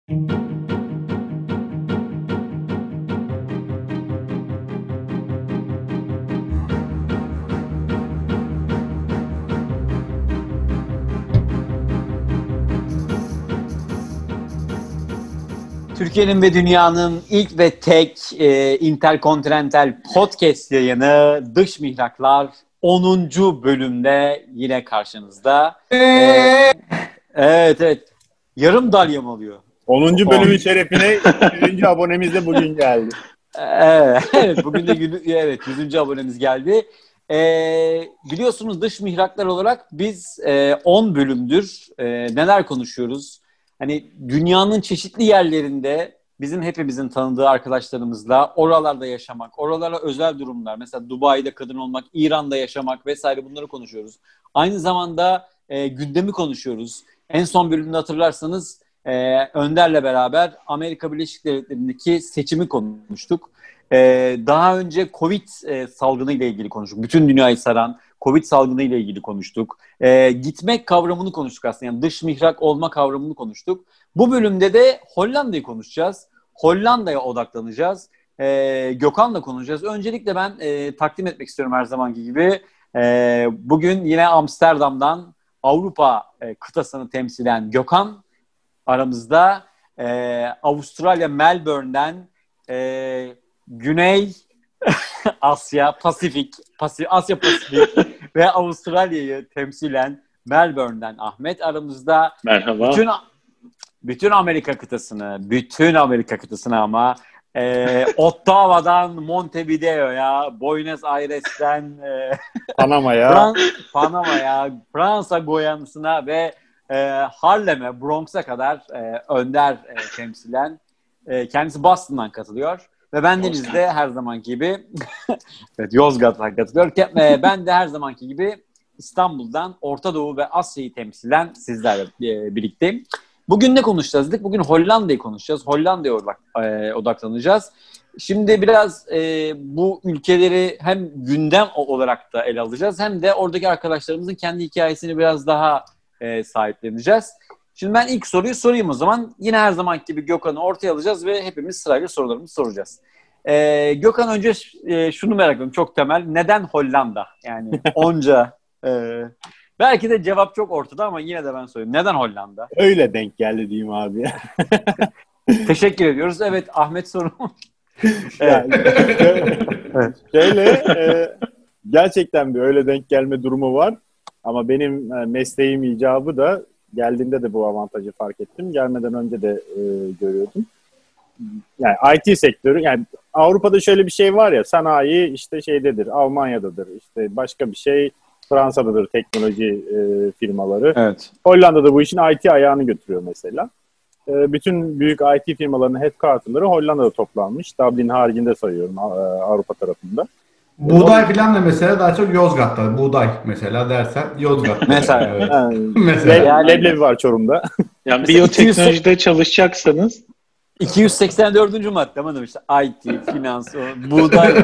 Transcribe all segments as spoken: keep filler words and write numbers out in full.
Türkiye'nin ve dünyanın ilk ve tek e, interkontinental podcast yayını Dış Mihraklar onuncu bölümde yine karşınızda. Ee, evet evet. Yarım dalya mı oluyor? onuncu bölümün şerefine yüzüncü abonemiz de bugün geldi. Evet, bugün de evet yüzüncü abonemiz geldi. Ee, biliyorsunuz Dış Mihraklar olarak biz e, on bölümdür e, neler konuşuyoruz? Hani dünyanın çeşitli yerlerinde bizim hepimizin tanıdığı arkadaşlarımızla oralarda yaşamak, oralara özel durumlar, mesela Dubai'de kadın olmak, İran'da yaşamak vesaire bunları konuşuyoruz. Aynı zamanda e, gündemi konuşuyoruz. En son bölümde hatırlarsanız e, Önder'le beraber Amerika Birleşik Devletleri'ndeki seçimi konuştuk. E, daha önce Covid e, salgını ile ilgili konuştuk. Bütün dünyayı saran Covid salgını ile ilgili konuştuk. E, gitmek kavramını konuştuk aslında. Yani dış mihrak olma kavramını konuştuk. Bu bölümde de Hollanda'yı konuşacağız. Hollanda'ya odaklanacağız. E, Gökhan'la konuşacağız. Öncelikle ben e, takdim etmek istiyorum her zamanki gibi. E, bugün yine Amsterdam'dan Avrupa e, kıtasını temsilen Gökhan aramızda. E, Avustralya Melbourne'den e, Güney Asya, Pasifik, Pasif, Asya Pasifik ve Avustralya'yı temsilen Melbourne'den Ahmet aramızda. Merhaba. Bütün, bütün Amerika kıtasını, bütün Amerika kıtasını ama e, Ottawa'dan Montevideo'ya, Buenos Aires'ten e, Panama'ya, Fran- Panama'ya, Fransa Goyana'sına ve e, Harlem'e, Bronx'a kadar e, Önder e, temsilen. E, kendisi Boston'dan katılıyor. Ve bendeniz de her zamanki gibi evet, Yozgat'tan katılıyor. Ben de her zamanki gibi İstanbul'dan Orta Doğu ve Asya'yı temsilen sizlerle birlikteyim. Bugün ne konuşacağız dedik? Bugün Hollanda'yı konuşacağız. Hollanda'ya odaklanacağız. Şimdi biraz e, bu ülkeleri hem gündem olarak da ele alacağız hem de oradaki arkadaşlarımızın kendi hikayesini biraz daha e, sahipleneceğiz. Şimdi ben ilk soruyu sorayım o zaman. Yine her zamanki gibi Gökhan'ı ortaya alacağız ve hepimiz sırayla sorularımızı soracağız. Ee, Gökhan önce e, şunu merak ediyorum. Çok temel. Neden Hollanda? Yani onca. E, belki de cevap çok ortada ama yine de ben sorayım. Neden Hollanda? Öyle denk geldi diyeyim abi. Teşekkür ediyoruz. Evet Ahmet sorum. Evet. Yani, şöyle e, gerçekten bir öyle denk gelme durumu var. Ama benim e, mesleğim icabı da geldiğimde de bu avantajı fark ettim. Gelmeden önce de e, görüyordum. Yani I T sektörü, yani Avrupa'da şöyle bir şey var ya, sanayi işte şeydedir, Almanya'dadır, işte başka bir şey Fransa'dadır teknoloji e, firmaları. Evet. Hollanda'da bu işin I T ayağını götürüyor mesela. E, bütün büyük I T firmalarının headquarter'ları Hollanda'da toplanmış. Dublin haricinde sayıyorum e, Avrupa tarafında. Buğday falan da mesela daha çok Yozgat'ta. Buğday mesela dersen Yozgat'ta. Mesela. Evet. Yani, mesela. Yani, leblebi var Çorum'da. Yani biyoteknolojide çalışacaksanız iki yüz seksen dördüncü madde ama işte I T, finans, buğday.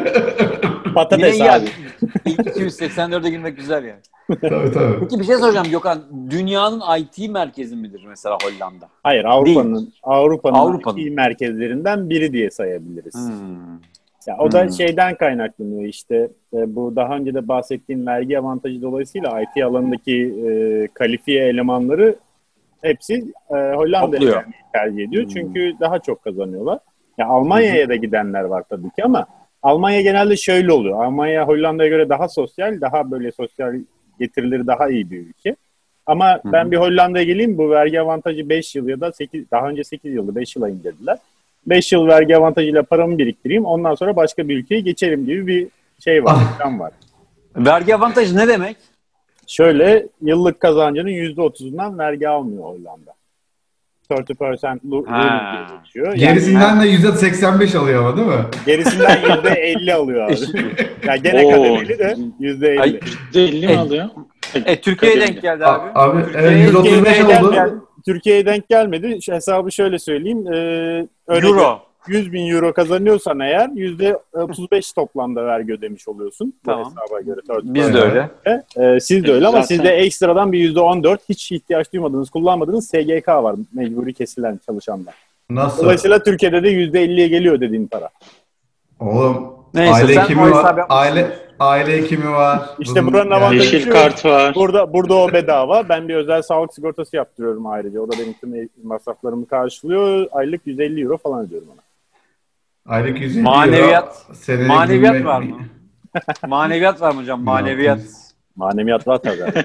Patates abi. iki yüz seksen dörde girmek güzel yani. Tabii tabii. Peki bir şey soracağım Gökhan. Dünyanın I T merkezi midir mesela Hollanda? Hayır, Avrupa'nın Avrupa'nın, Avrupa'nın I T merkezlerinden biri diye sayabiliriz. Hmm. Ya, o hmm. da şeyden kaynaklanıyor işte. E, bu daha önce de bahsettiğim vergi avantajı dolayısıyla I T alanındaki e, kalifiye elemanları hepsi e, Hollanda'ya tercih ediyor. Hmm. Çünkü daha çok kazanıyorlar. Ya, Almanya'ya da gidenler var tabii ki ama Almanya genelde şöyle oluyor. Almanya Hollanda'ya göre daha sosyal, daha böyle sosyal getirileri daha iyi bir ülke. Ama hmm. ben bir Hollanda'ya geleyim, bu vergi avantajı beş yıl ya da sekiz, daha önce sekiz yıldı, beş yıla indirdiler. beş yıl vergi avantajıyla paramı biriktireyim, ondan sonra başka bir ülkeye geçerim gibi bir şey var, plan var. Vergi avantajı ne demek? Şöyle, yıllık kazancının yüzde otuzundan vergi almıyor Hollanda. otuz percent rule diye geçiyor. Gerisinden yani, de yüzde seksen beş alıyor ama değil mi? Gerisinden yüzde elli alıyor abi. Yani gene kademeli de yüzde elli. yüzde elli mi alıyor? E, Türkiye'ye denk geldi abi. Abi evet, yüzde otuz beş oldu. Türkiye'ye denk gelmedi. Şu hesabı şöyle söyleyeyim. Ee, Euro. yüz bin euro kazanıyorsan eğer yüzde otuz beş toplamda vergi ödemiş oluyorsun. Tamam. Bu hesaba göre. Biz de öyle. Ee, siz de öyle ama Zaten... sizde ekstradan bir yüzde on dört hiç ihtiyaç duymadığınız, kullanmadığınız S G K var. Mecburi kesilen çalışanlar. Nasıl? Dolayısıyla Türkiye'de de yüzde elliye geliyor dediğin para. Oğlum Neyse, aile sen hekimi o hesap var. yapmışsın. Aile aile hekimi var. İşte Bunun buranın yani- avantajı- Yeşil kart var. Burada burada o bedava. Ben bir özel sağlık sigortası yaptırıyorum ayrıca. O da benim tüm masraflarımı karşılıyor. Aylık yüz elli euro falan ödüyorum ona. Aylık yüz elli Maneviyat- euro, senelik Maneviyat bilmem- var mı? Maneviyat var mı hocam? Maneviyat. Maneviyat var tabii.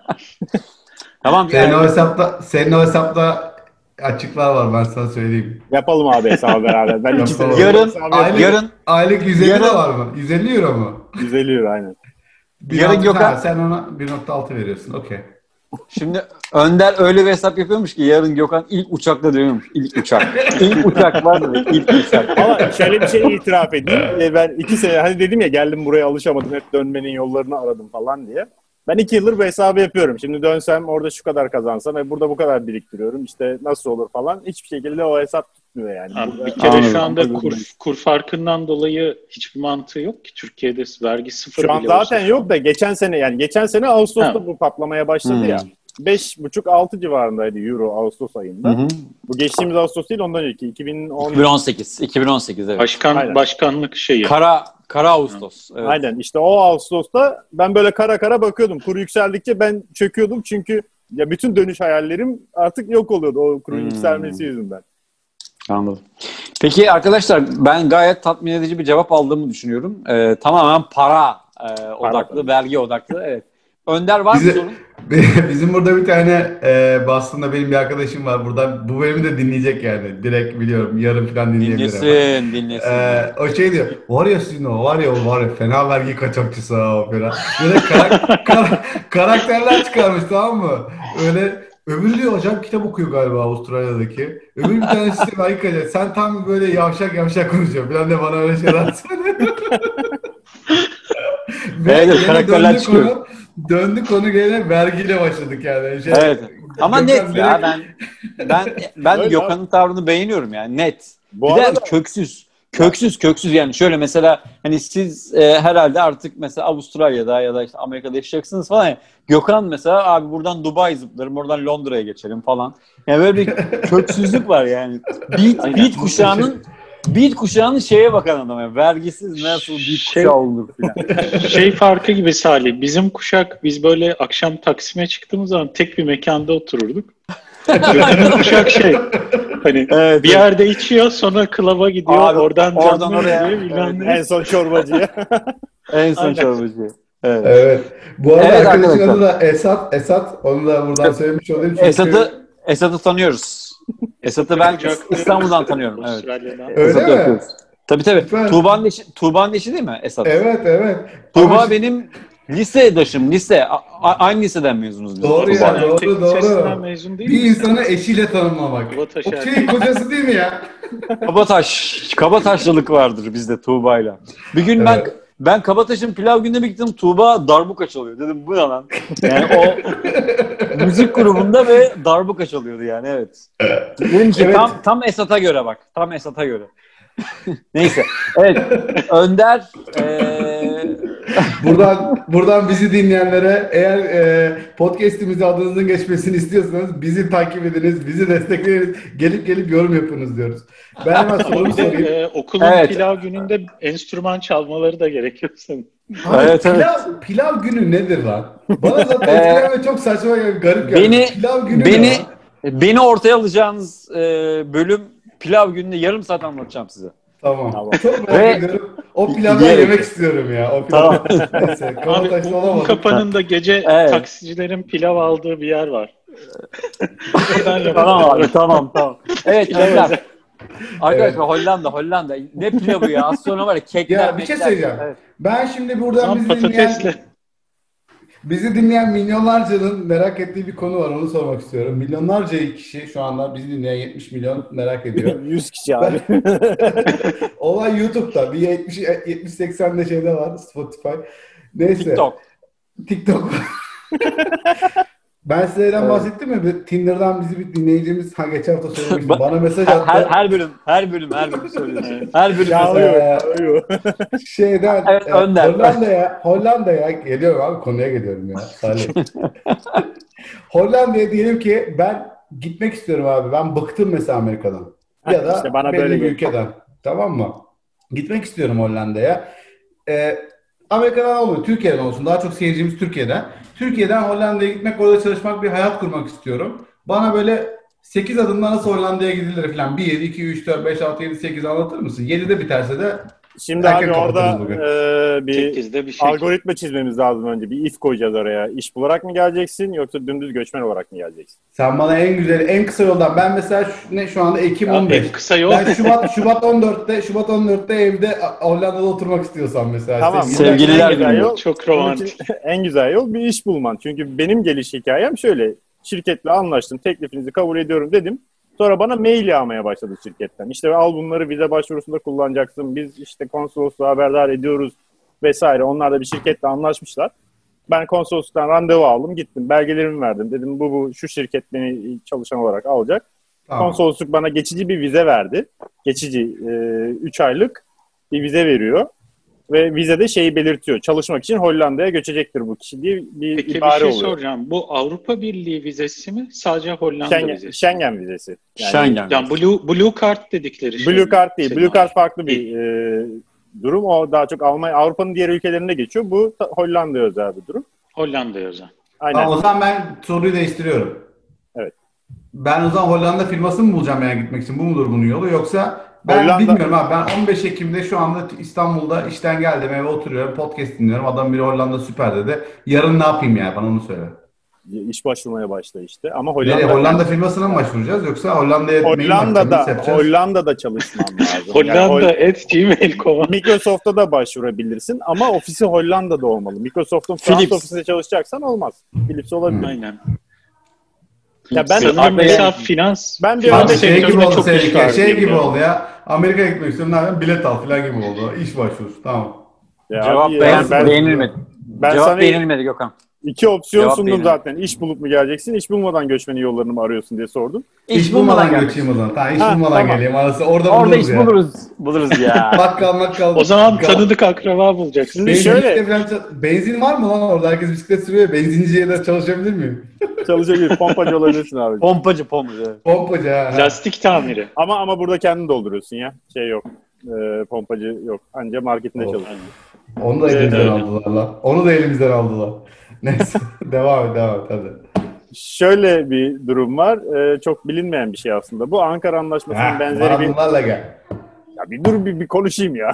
Tamam. Senin o Yani, hesapta, senin o hesapta açıklar var, ben sana söyleyeyim. Yapalım abi hesabı beraber. Ben iki Yapalım. sene Yarın- hesabı Aylık, yapıyorum. yarın- aylık yüz elli yarın- de var mı? yüz elli euro mu? yüz elli euro aynen. Bir Yarın nokta- Gökhan- ha, sen ona bir nokta altı veriyorsun. Okey. Şimdi Önder öyle bir hesap yapıyormuş ki yarın Gökhan ilk uçakla dönüyormuş. İlk uçak. İlk uçak var mı? İlk uçak. Ama şöyle bir şey itiraf edeyim. Ee, Ben iki sene hani dedim ya geldim buraya alışamadım. Hep dönmenin yollarını aradım falan diye. Ben iki yıldır bu hesabı yapıyorum. Şimdi dönsem orada şu kadar kazansam ve burada bu kadar biriktiriyorum. İşte nasıl olur falan. Hiçbir şekilde o hesap tutmuyor yani. Abi Burada- bir kere Anladım. şu anda kur, kur farkından dolayı hiçbir mantığı yok ki. Türkiye'de vergi sıfır Şu an bile zaten olsa. yok da geçen sene yani geçen sene Ağustos'ta Ha. bu patlamaya başladı Hmm. ya. beş buçuk altı civarındaydı euro Ağustos ayında. Hı hı. Bu geçtiğimiz Ağustos değil ondan önceki iki bin on. iki bin on sekiz. iki bin on sekiz evet. Başkan, Aynen. başkanlık şeyi. Kara Kara Ağustos. Evet. Aynen işte o Ağustos'ta ben böyle kara kara bakıyordum. Kuru yükseldikçe ben çöküyordum çünkü ya bütün dönüş hayallerim artık yok oluyordu o kurun Hmm. yükselmesi yüzünden. Anladım. Peki arkadaşlar ben gayet tatmin edici bir cevap aldığımı düşünüyorum. Ee, tamamen para e, odaklı, tabii. vergi odaklı. Evet. Önder var mı Bize- sorun? Bizim burada bir tane e, Boston'da benim bir arkadaşım var. Buradan bu bölümü de dinleyecek yani. Direkt biliyorum. Yarın falan dinleyebilir. hemen. Dinlesin, dinlesin. Ee, o şey diyor, var ya sizin o, var ya o var ya fena vergi kaçakçısı ha o falan. Böyle karak- kar- karakterler çıkarmış, tamam mı? Öyle öbürü diyor hocam kitap okuyor galiba Avustralya'daki. Öbür bir tanesi de vergi kaçak. Sen tam böyle yavşak yavşak konuşuyorsun falan de bana öyle şeyler söylüyor. Ve Evet, gene karakterler döndü çıkıyor. konu, döndü konu gene vergiyle başladık yani. Şey, Evet. Ama Gökhan net ya direkt- ben ben ben Öyle Gökhan'ın tavrını beğeniyorum yani net. Bu Bir de arada köksüz. Köksüz köksüz yani şöyle mesela hani siz e, herhalde artık mesela Avustralya'da ya da işte Amerika'da yaşayacaksınız falan ya. Gökhan mesela abi buradan Dubai zıplarım oradan Londra'ya geçelim falan. Yani böyle bir köksüzlük var yani. Beat, beat kuşağının Beat kuşağının şeye bakan adam yani. Vergisiz nasıl beat Şey- kuşağı olur falan. Şey farkı gibi Salih. Bizim kuşak biz böyle akşam Taksim'e çıktığımız zaman tek bir mekanda otururduk. Bizim kuşak şey hani Evet, bir yerde içiyor sonra klaba gidiyor Abi, oradan oradan canlı oraya. izliyor, bilmem Evet, ne. en son çorbacıya. En son Aynen. çorbacı. Evet. Evet. Bu arada Evet arkadaşın arkadaşlar. adı da Esat. Esat. Onu da buradan söylemiş olayım. Çünkü... Esat'ı Esat'ı tanıyoruz. Esat'ı ben İstanbul'dan tanıyorum. Evet. Avustralya'dan. Öyle Esat'ı mi? öpüyoruz. Tabii tabii. Süper. Tuğba'nın eşi, Tuğba'nın eşi değil mi Esat? Evet, evet. Tuğba Ama- benim lisedaşım. Lise. A- a- aynı liseden mezunuz biz. Doğru Tuğba. ya, Sen doğru, tek doğru. lisesinden mezun değil Bir misin? insanı eşiyle tanımlamak. Yuva O taşar. şeyin kocası değil mi ya? Kabataş. Kabataşlılık vardır bizde Tuğba'yla. Bir gün ben Evet. ben Kabataş'ın pilav gününe bir gittim. Tuğba darbuka çalıyor. Dedim bu ne lan? Yani o müzik grubunda ve darbuka çalıyordu yani evet. Dedim ki Evet. tam tam Esat'a göre bak. Tam Esat'a göre. Neyse. Evet. Önder eee Buradan buradan bizi dinleyenlere eğer e, podcast'imizde adınızın geçmesini istiyorsanız bizi takip ediniz, bizi destekleyiniz, gelip gelip yorum yapınız diyoruz. Ben hemen sorumu Bir de sorayım. e, okulun Evet. pilav gününde enstrüman çalmaları da gerekiyor senin. Abi, Evet, evet. pilav, pilav günü nedir lan? Bana zaten Ee, eskiden ve çok saçma geldi, garip geldi. beni pilav günü beni ne lan? beni ortaya alacağınız eee, bölüm pilav gününde yarım saat anlatacağım size. Tamam. Tamam. Çok merak Ve- ediyorum. O pilavdan Yiyerek. yemek istiyorum ya. O pilav. Tamam. Neyse. Abi Kabataş'ta bu olamadım. kapanında gece Evet. taksicilerin pilav aldığı bir yer var. Oradan yapalım. Tamam abi tamam tamam. Evet Pilav Önder. özel. Arkadaşlar Hollanda Hollanda. Ne pilavı ya? Az sonra var ya kekler Ya bir şey mekler. söyleyeceğim. Evet. Ben şimdi buradan Tam bizi dinleyen, patatesle. bizi dinleyen milyonlarcanın merak ettiği bir konu var. Onu sormak istiyorum. Milyonlarca kişi şu anda bizi dinleyen yetmiş milyon merak ediyor. yüz kişi abi. Olay YouTube'da. Bir yetmiş yetmiş seksen de şeyde var. Spotify. Neyse. TikTok. TikTok. Ben size neden Evet. bahsettim mi? Bir Tinder'dan bizi bir dinleyicimiz ha geçen hafta söylemişti. Bana mesaj Her, attı. her, her bölüm, her bölüm, her bölüm söylüyorsun. Her bölüm Yağlıyor, mesela. yağlıyor. Şeyden Evet, e, Önder. Hollanda'ya Hollanda'ya geliyorum abi, konuya geliyorum ya Salih. Hollanda'ya diyelim ki ben gitmek istiyorum abi. Ben bıktım mesela Amerika'dan. Ya da İşte bana belli böyle bir gel. ülkeden. Tamam mı? Gitmek istiyorum Hollanda'ya. Ee, Amerika'dan olmuyor. Türkiye'den olsun. Daha çok seyircimiz Türkiye'den. Türkiye'den Hollanda'ya gitmek, orada çalışmak, bir hayat kurmak istiyorum. Bana böyle sekiz adımda nasıl Hollanda'ya gidilir falan. bir, iki, üç, dört, beş, altı, yedi, sekiz anlatır mısın? yedide biterse de Şimdi erken abi kapatırız orada bugün. e, bir sekizde bir şey. algoritma çizmemiz lazım önce. Bir if koyacağız oraya. İş bularak mı geleceksin yoksa dümdüz göçmen olarak mı geleceksin? Sen bana en güzel, en kısa yoldan. Ben mesela şu, ne şu anda Ekim Ya on beş. en kısa yol. Ben Şubat Şubat on dörtte Şubat on dörtte evde Hollanda'da oturmak istiyorsam mesela. Tamam. Sevgililer en güzel günü. yol, Çok bunun romantik. için en güzel yol bir iş bulman. Çünkü benim geliş hikayem şöyle. Şirketle anlaştım. Teklifinizi kabul ediyorum dedim. Sonra bana mail yağmaya başladı şirketten. İşte al bunları vize başvurusunda kullanacaksın. Biz işte konsolosluğa haberdar ediyoruz vesaire. Onlar da bir şirketle anlaşmışlar. Ben konsolosluktan randevu aldım. Gittim. Belgelerimi verdim. Dedim bu bu şu şirket beni çalışan olarak alacak. Tamam. Konsolosluk bana geçici bir vize verdi. Geçici üç aylık bir vize veriyor. Ve vizede şeyi belirtiyor. Çalışmak için Hollanda'ya göçecektir bu kişi diye bir Peki bir ibare şey oluyor. soracağım. Bu Avrupa Birliği vizesi mi? Sadece Hollanda Schengen, vizesi. Schengen vizesi. Yani, Schengen. Yani Blue, Blue Card dedikleri şey. Blue mi? Card değil. Senin Blue Card abi. farklı bir e, durum. O daha çok Almanya, Avrupa'nın diğer ülkelerinde geçiyor. Bu ta- Hollanda'ya özel bir durum. Hollanda'ya özel. Aynen. Tamam, o zaman ben soruyu değiştiriyorum. Evet. Ben o zaman Hollanda firması mı bulacağım yani gitmek için? Bu mudur bunun yolu? Yoksa ben Hollanda- bilmiyorum abi. Ben on beş Ekim'de şu anda İstanbul'da işten geldim, eve oturuyorum. Podcast dinliyorum. Adam biri Hollanda süper dedi. Yarın ne yapayım ya? Bana onu söyle. İş başvurmaya başla işte. Ama Nereye? Hollanda, Hollanda firmasına mı başvuracağız? Yoksa Hollanda'ya mail mi atacağız? Hollanda'da, Nasıl yapacağız? Hollanda'da çalışman lazım. Hollanda Yani Hol- at gmail nokta com. Microsoft'ta da başvurabilirsin ama ofisi Hollanda'da olmalı. Microsoft'un Fransa Philips. ofisinde çalışacaksan olmaz. Philips olabilir. Aynen. Ya ben Sanırım Abi, mesela finans, ben bir finans Abi örnek- şey gibi sektöründe oldu çok iş Sevgi, var. şey diye gibi biliyorum. oldu ya. Amerika'ya gitmek istiyorum. Ne yapayım? Bilet al falan gibi oldu. İş başvurusu. Tamam. Ya Cevap abi, beğen, ben, beğenilmedi. ben Cevap sana beğenilmedi Gökhan. iki opsiyon Cevap sundum beğenilmedi. zaten. İş bulup mu geleceksin, iş bulmadan göçmenin yollarını mı arıyorsun diye sordum. İş, bulmadan gelmek geçeyim o zaman. Tamam, iş Ha, bulmadan tamam. geleyim. Arası orada, Orada buluruz iş ya. buluruz. Buluruz ya. Bakkal makkal. O zaman bakkal- tanıdık akraba bulacaksın. Şimdi Benzinlikte şöyle falan ça- benzin var mı lan orada? Herkes bisiklet sürüyor. Benzinciye de çalışabilir miyim? çalışabilir, pompacı olabilirsin abi. Pompacı pompacı. Pompacı ha. Lastik tamiri. Ama ama burada kendin dolduruyorsun ya. Şey yok. E, pompacı yok. Anca marketinde Oh. çalışıyorsun. Onu da Evet, elimizden öyle. aldılar lan. Onu da elimizden aldılar. Neyse. devam et, devam et hadi. Şöyle bir durum var. E, çok bilinmeyen bir şey aslında. Bu Ankara Anlaşması'nın Ha, benzeri bana bir... bunlarla gel. Ya bir dur bir, bir konuşayım ya.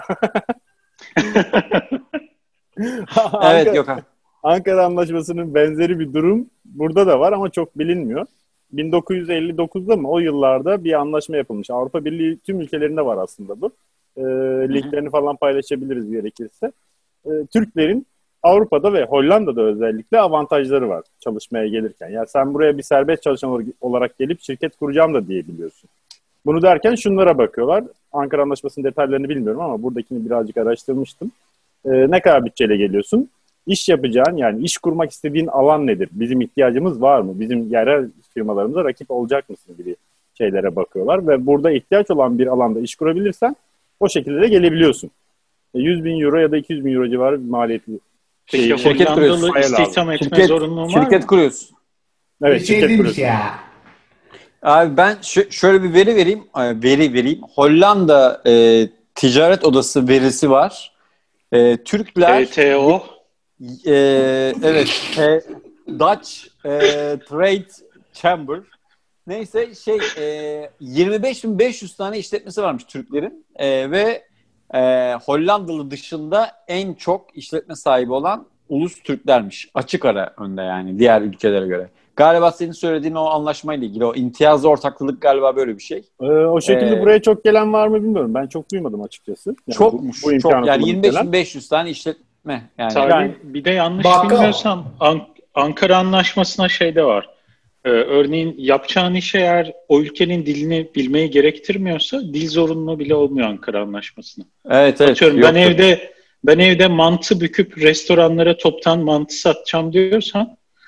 Evet Ankara, Gökhan. Ankara Anlaşması'nın benzeri bir durum burada da var ama çok bilinmiyor. bin dokuz yüz elli dokuzda mı o yıllarda bir anlaşma yapılmış. Avrupa Birliği tüm ülkelerinde var aslında bu. E, linklerini falan paylaşabiliriz gerekirse. E, Türklerin Avrupa'da ve Hollanda'da özellikle avantajları var çalışmaya gelirken. Yani sen buraya bir serbest çalışan olarak gelip şirket kuracağım da diyebiliyorsun. Bunu derken şunlara bakıyorlar. Ankara Anlaşması'nın detaylarını bilmiyorum ama buradakini birazcık araştırmıştım. Ee, ne kadar bütçeyle geliyorsun? İş yapacağın, yani iş kurmak istediğin alan nedir? Bizim ihtiyacımız var mı? Bizim yerel firmalarımıza rakip olacak mısın gibi şeylere bakıyorlar. Ve burada ihtiyaç olan bir alanda iş kurabilirsen o şekilde de gelebiliyorsun. yüz bin euro ya da iki yüz bin euro civarı bir maliyeti. Peki Şey, şirket Hollandalı kuruyorsun. istihdam etme Şirket, zorunluluğu var şirket mı? kuruyorsun. Evet, bir şey şirket değilmiş kuruyorsun. ya. Abi ben ş- şöyle bir veri vereyim. Ay, Veri vereyim. Hollanda e, Ticaret Odası verisi var. E, Türkler T T O. e, evet e, Dutch e, Trade Chamber neyse şey e, yirmi beş bin beş yüz tane işletmesi varmış Türklerin e, ve e, Hollandalı dışında en çok işletme sahibi olan ulus Türklermiş. Açık ara önde yani diğer ülkelere göre. Galiba senin söylediğin o anlaşmayla ilgili o imtiyazlı ortaklılık galiba böyle bir şey. Ee, o şekilde Ee, buraya çok gelen var mı bilmiyorum. Ben çok duymadım açıkçası. Yani Çokmuş. bu, bu imkanı çok. Yani kullanıp yirmi beş gelen. bin beş yüz tane işletme. Yani. Tabii Yani- bir de yanlış Bakkal. bilmiyorsam An- Ankara Anlaşması'na şey de var. Ee, örneğin yapacağın iş eğer o ülkenin dilini bilmeyi gerektirmiyorsa dil zorunluluğu bile olmuyor Ankara Anlaşması'na. Evet evet. Atıyorum ben yoktur. evde ben evde mantı büküp restoranlara toptan mantı satacağım diyorsan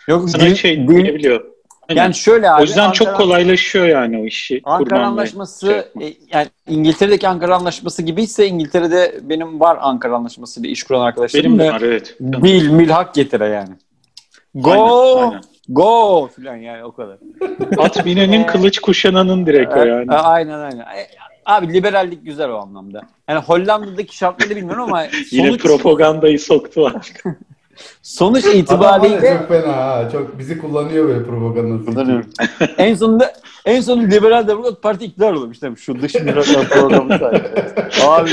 Yok, Sana dil, şey dil, diyebiliyor. Aynen. yani şöyle abi. O yüzden çok Ankara, kolaylaşıyor yani o işi Ankara kurman ve Anlaşması şey yapman. e, yani İngiltere'deki Ankara Anlaşması gibiyse İngiltere'de benim var Ankara Anlaşması ile iş kuran arkadaşlarım Benim de ve var, evet. dil, milhak getire yani. Go, Aynen, aynen. go filan yani o kadar. At binenin kılıç kuşananın direkt o E, yani. Aynen aynen. E, Abi liberallik güzel o anlamda. Yani Hollanda'daki şartları bilmiyorum ama Yine sonuç propagandayı soktular. sonuç Adam var ya itibariyle çok fena ha. Çok bizi kullanıyor böyle propagandası için. en sonunda en sonunda Liberal Demokrat Parti iktidar olmuş tabii şu dış mihraklar programı sayesinde. Abi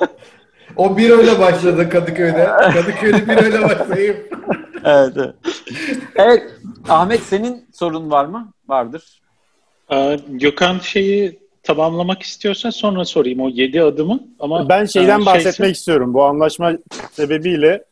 O bir öyle başladı Kadıköy'de. Kadıköy'de bir öyle başlayıp. evet, evet. Evet, Ahmet senin sorun var mı? Vardır. Aa, Gökhan şeyi tamamlamak istiyorsa sonra sorayım o yedi adımı. Ama Ben şeyden e, bahsetmek şeyse, istiyorum. Bu anlaşma sebebiyle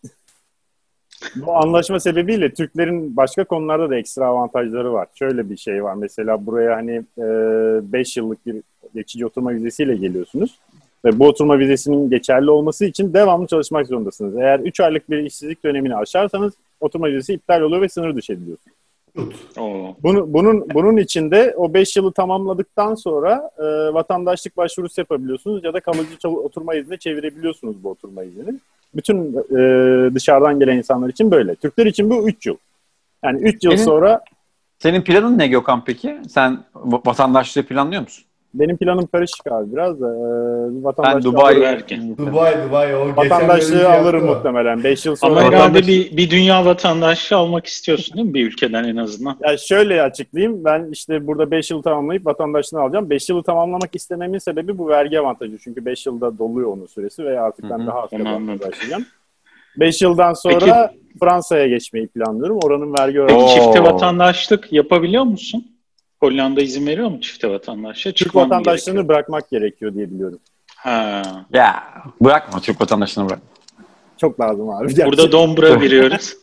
bu anlaşma sebebiyle Türklerin başka konularda da ekstra avantajları var. Şöyle bir şey var. Mesela buraya hani beş yıllık bir geçici oturma vizesiyle geliyorsunuz. Ve bu oturma vizesinin geçerli olması için devamlı çalışmak zorundasınız. Eğer üç aylık bir işsizlik dönemini aşarsanız oturma vizesi iptal oluyor ve sınır dışı ediliyorsunuz. Oo. Bunu, bunun bunun içinde o beş yılı tamamladıktan sonra e, vatandaşlık başvurusu yapabiliyorsunuz ya da kalıcı çal- oturma iznine çevirebiliyorsunuz bu oturma iznini. Bütün e, dışarıdan gelen insanlar için böyle. Türkler için bu üç yıl. Yani üç yıl Senin- sonra Senin planın ne Gökhan peki? Sen vatandaşlığı planlıyor musun? benim planım karışık abi biraz da e, Ben vatandaşlığı Dubai alırım. vergi. Dubai, Dubai o geçen Vatandaşlığı bölümcü alırım yaptı. muhtemelen. beş yıl sonra Ama herhalde vatandaş- bir, bir dünya vatandaşlığı almak istiyorsun değil mi? Bir ülkeden en azından. Ya şöyle açıklayayım. Ben işte burada beş yıl tamamlayıp vatandaşlığını alacağım. beş yılı tamamlamak istememin sebebi bu vergi avantajı. Çünkü beş yılda doluyor onun süresi ve artık ben Hı hı, daha az onu kazanmaya anladım. başlayacağım. beş yıldan sonra Fransa'ya geçmeyi planlıyorum. Oranın vergi Peki oranı. Oo. çifte vatandaşlık yapabiliyor musun? Hollanda izin veriyor mu çifte vatandaşlığa? Türk Çıkman mı vatandaşlığını gerekiyor? bırakmak gerekiyor diye biliyorum. Ha. Ya bırakma Türk vatandaşlığını bırak. Çok lazım abi. Burada Gerçekten. dombra veriyoruz.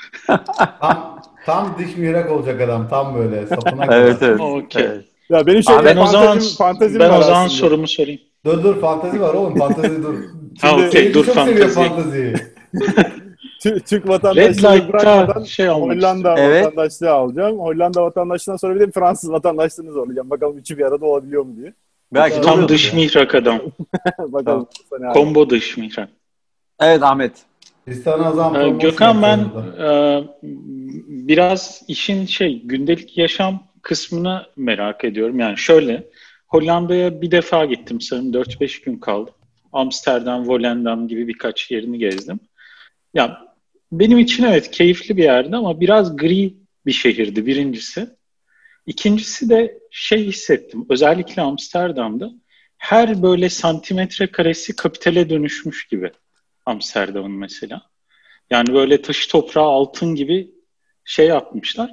Tam, tam diş mirak olacak adam. Tam böyle sapına kadar. Evet evet. Okey. Evet. Ya benim şöyle Abi Ben o zaman fantezim, fantezim ben var o zaman aslında. sorumu sorayım. Dur dur fantezi var oğlum. Fantezi dur. Ha Şimdi- okey Seyirci dur çok seviyor fantezi. fanteziyi. Tü- Türk Red vatandaşlığını bırakmadan Light'ta şey almak Hollanda Evet. vatandaşlığı alacağım. Hollanda vatandaşlığından sonra bir de Fransız vatandaşlığını zorlayacağım. Bakalım üçü bir arada olabiliyor mu diye. Belki de Tam oluyordur dış ya. mihrak adam. Bakalım. Sana Combo dış mihrak. Evet Ahmet. Biz sana o zaman Ee, promosyon Gökhan ben yapacağız burada. e, biraz işin şey gündelik yaşam kısmını merak ediyorum. Yani şöyle Hollanda'ya bir defa gittim sanırım dört beş gün kaldım. Amsterdam, Volendam gibi birkaç yerini gezdim. Ya benim için evet keyifli bir yerdi ama biraz gri bir şehirdi birincisi. İkincisi de şey hissettim. Özellikle Amsterdam'da her böyle santimetre karesi kapitale dönüşmüş gibi Amsterdam'ın mesela. Yani böyle taşı toprağı altın gibi şey yapmışlar.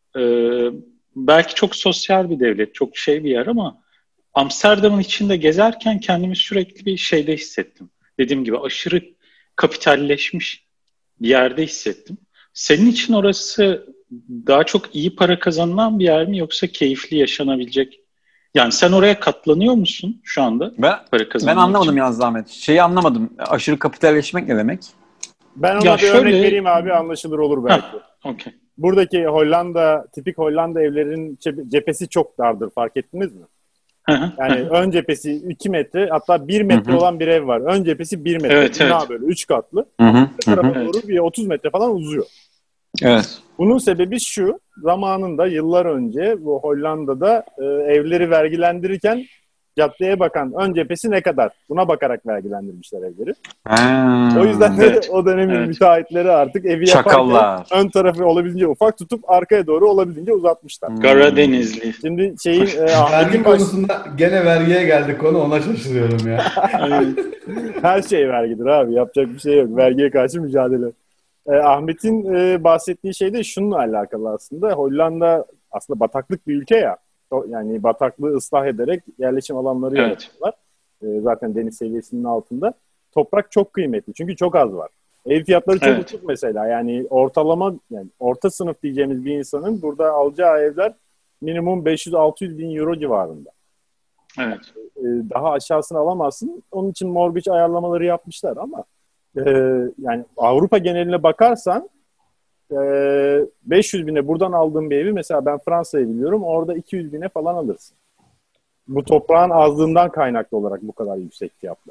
Ee, belki çok sosyal bir devlet, çok şey bir yer ama Amsterdam'ın içinde gezerken kendimi sürekli bir şeyde hissettim. Dediğim gibi aşırı kapitalleşmiş bir yerde hissettim. Senin için orası daha çok iyi para kazanılan bir yer mi yoksa keyifli yaşanabilecek? Yani sen oraya katlanıyor musun şu anda Ben para ben kazanmak anlamadım için? yalnız Ahmet. Şeyi anlamadım. Aşırı kapitalleşmek ne demek? Ben ona Ya bir şöyle- örnek vereyim abi anlaşılır olur belki. Okey. Buradaki Hollanda, tipik Hollanda evlerinin cep- cephesi çok dardır fark ettiniz mi? Hı hı. Yani ön cephesi iki metre hatta bir metre Hı hı. olan bir ev var. Ön cephesi bir metre. Evet, Bina evet. böyle üç katlı. Hı hı. Bir tarafa hı. doğru bir otuz metre falan uzuyor. Evet. Bunun sebebi şu, zamanında yıllar önce bu Hollanda'da e, evleri vergilendirirken caddeye bakan ön cephesi ne kadar? Buna bakarak vergilendirmişler evleri. Ha, O yüzden de Evet. o dönemin Evet. müteahhitleri artık evi Çakallar. yaparken ön tarafı olabildiğince ufak tutup arkaya doğru olabildiğince uzatmışlar. Hmm. Karadenizli. Şimdi şeyin e, Vergi Ahmet'in baş... konusunda gene vergiye geldik konu. Ona şaşırıyorum ya. Evet. her şey vergidir abi. Yapacak bir şey yok. Vergiye karşı mücadele. E, Ahmet'in e, bahsettiği şey de şununla alakalı aslında. Hollanda aslında bataklık bir ülke ya. O- Yani bataklığı ıslah ederek yerleşim alanları Evet. yaratıyorlar. E, zaten deniz seviyesinin altında. Toprak çok kıymetli. Çünkü çok az var. Ev fiyatları çok Evet. uçuk mesela. Yani ortalama yani orta sınıf diyeceğimiz bir insanın burada alacağı evler minimum beş yüz altı yüz bin euro civarında. Evet. E, daha aşağısını alamazsın. Onun için mortgage ayarlamaları yapmışlar ama e, yani Avrupa geneline bakarsan beş yüz bine buradan aldığım bir evi mesela ben Fransa'yı biliyorum. Orada iki yüz bine falan alırsın. Bu toprağın azlığından kaynaklı olarak bu kadar yüksek fiyatlar.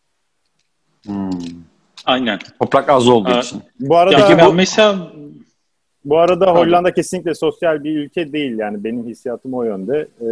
Hmm. Aynen. Toprak az olduğu Aa, için. Bu arada Ya ben mesela bu arada Pardon. Hollanda kesinlikle sosyal bir ülke değil. Yani benim hissiyatım o yönde. Ee,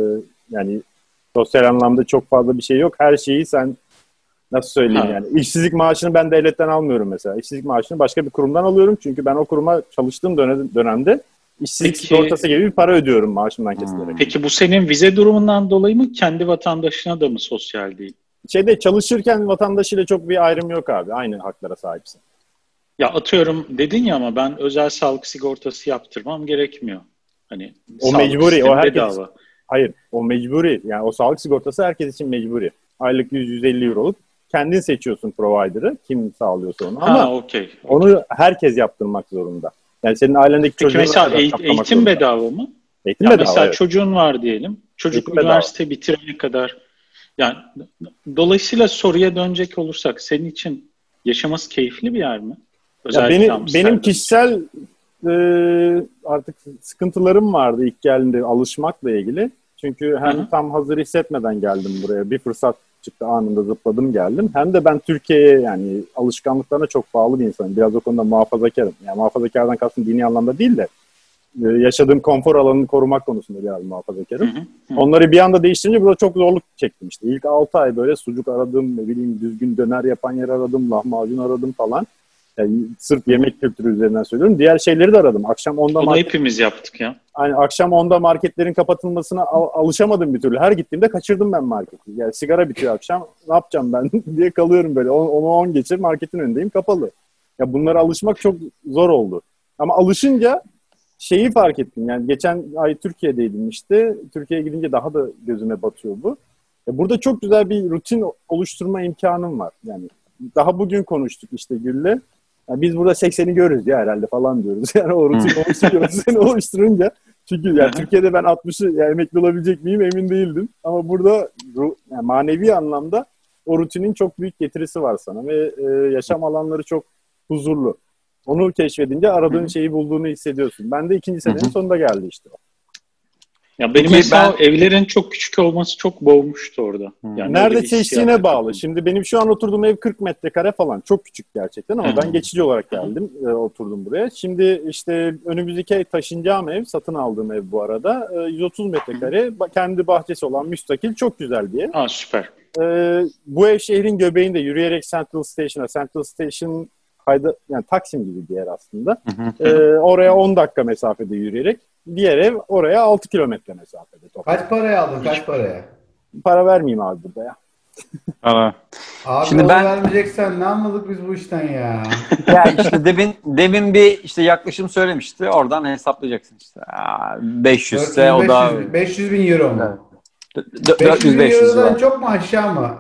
yani sosyal anlamda çok fazla bir şey yok. Her şeyi sen nasıl söyleyeyim Ha. yani. İşsizlik maaşını ben devletten almıyorum mesela. İşsizlik maaşını başka bir kurumdan alıyorum. Çünkü ben o kuruma çalıştığım dönem, dönemde işsizlik Peki- sigortası gibi bir para ödüyorum maaşımdan kesilerek. peki bu senin vize durumundan dolayı mı, kendi vatandaşına da mı sosyal değil? Şeyde çalışırken vatandaşıyla çok bir ayrım yok abi. Aynı haklara sahipsin. Ya atıyorum dedin ya, ama ben özel sağlık sigortası yaptırmam gerekmiyor. Hani O sağlık mecburi, sistemi o herkes- bedava. Hayır, o mecburi. Yani o sağlık sigortası herkes için mecburi. Aylık yüz yüz elli euroluk. Kendin seçiyorsun provider'ı. Kim sağlıyorsa onu. Ama Ha, okey. onu herkes yaptırmak zorunda. Yani senin ailendeki Peki çocuğun mesela da eğit- kapsamak eğitim zorunda. bedava mı? Eğitim Ya bedava, mesela evet. çocuğun var diyelim. Çocuk Eğitim bedava. üniversite bitirene kadar. Yani dolayısıyla soruya dönecek olursak, senin için yaşaması keyifli bir yer mi? Ya Özellikle benim, Amsterdam. benim kişisel e, artık sıkıntılarım vardı ilk geldiğimde alışmakla ilgili. Çünkü hem Hı hı. tam hazır hissetmeden geldim buraya. Bir fırsat çıktı, anında zıpladım geldim. Hem de ben Türkiye'ye yani alışkanlıklarına çok bağlı bir insanım. Biraz o konuda muhafazakarım. Yani muhafazakardan kastım dini anlamda değil de e, yaşadığım konfor alanını korumak konusunda biraz muhafazakarım. Hı hı, hı. Onları bir anda değiştirince burada çok zorluk çektim işte. İlk altı ay böyle sucuk aradım, ne bileyim düzgün döner yapan yer aradım, lahmacun aradım falan. Yani sırf yemek kültürü üzerinden söylüyorum. Diğer şeyleri de aradım. Akşam onda Onu market, hepimiz yaptık ya. hani akşam onda marketlerin kapatılmasına al- alışamadım bir türlü. Her gittiğimde kaçırdım ben marketi. Yani sigara bitiyor akşam. Ne yapacağım ben diye kalıyorum böyle. Onu on geçir marketin önündeyim kapalı. Ya bunlara alışmak çok zor oldu. Ama alışınca şeyi fark ettim. Yani geçen ay Türkiye'deydim işte. Türkiye'ye gidince daha da gözüme batıyor bu. Ya burada çok güzel bir rutin oluşturma imkanım var. Yani daha bugün konuştuk işte Gül'le. Ya biz burada sekseni görürüz ya herhalde falan diyoruz. Yani o rutin oluşturuyoruz. oluşturunca. Çünkü ya Türkiye'de ben altmışı ya emekli olabilecek miyim emin değildim. Ama burada ru, yani manevi anlamda o rutinin çok büyük getirisi var sana. Ve e, yaşam alanları çok huzurlu. Onu keşfedince aradığın Hı hı. şeyi bulduğunu hissediyorsun. Ben de ikinci senenin Hı hı. sonunda geldi işte. Ya benim Peki mesela evlerin çok küçük olması çok boğmuştu orada. Yani öyle Nerede bir seçtiğine hissiyat bağlı. yakaladım. Şimdi benim şu an oturduğum ev kırk metrekare falan. Çok küçük gerçekten ama Hı. ben geçici olarak geldim. E, oturdum buraya. Şimdi işte önümüzdeki ay taşınacağım ev, satın aldığım ev bu arada. E, yüz otuz metrekare. Ba- Kendi bahçesi olan müstakil. Çok güzel bir ev. Aa, süper. E, bu ev şehrin göbeğinde. Yürüyerek Central Station'a. Central Station kayda, yani Taksim gibi bir yer aslında. Hı hı. E, oraya on dakika mesafede yürüyerek. Diğer ev oraya altı kilometre mesafede. Toplam. Kaç paraya aldın? Kaç paraya? Para vermeyeyim abi burada ya. Aa. Abi Şimdi onu ben- vermeyeceksen ne anladık biz bu işten ya? Ya işte demin demin bir işte yaklaşım söylemişti. Oradan hesaplayacaksın işte. Aa, beş yüz ise o da beş yüz, beş yüz bin euro mu? dört beş yüz yüz bin beş yüz eurodan var. çok mu aşağı mı?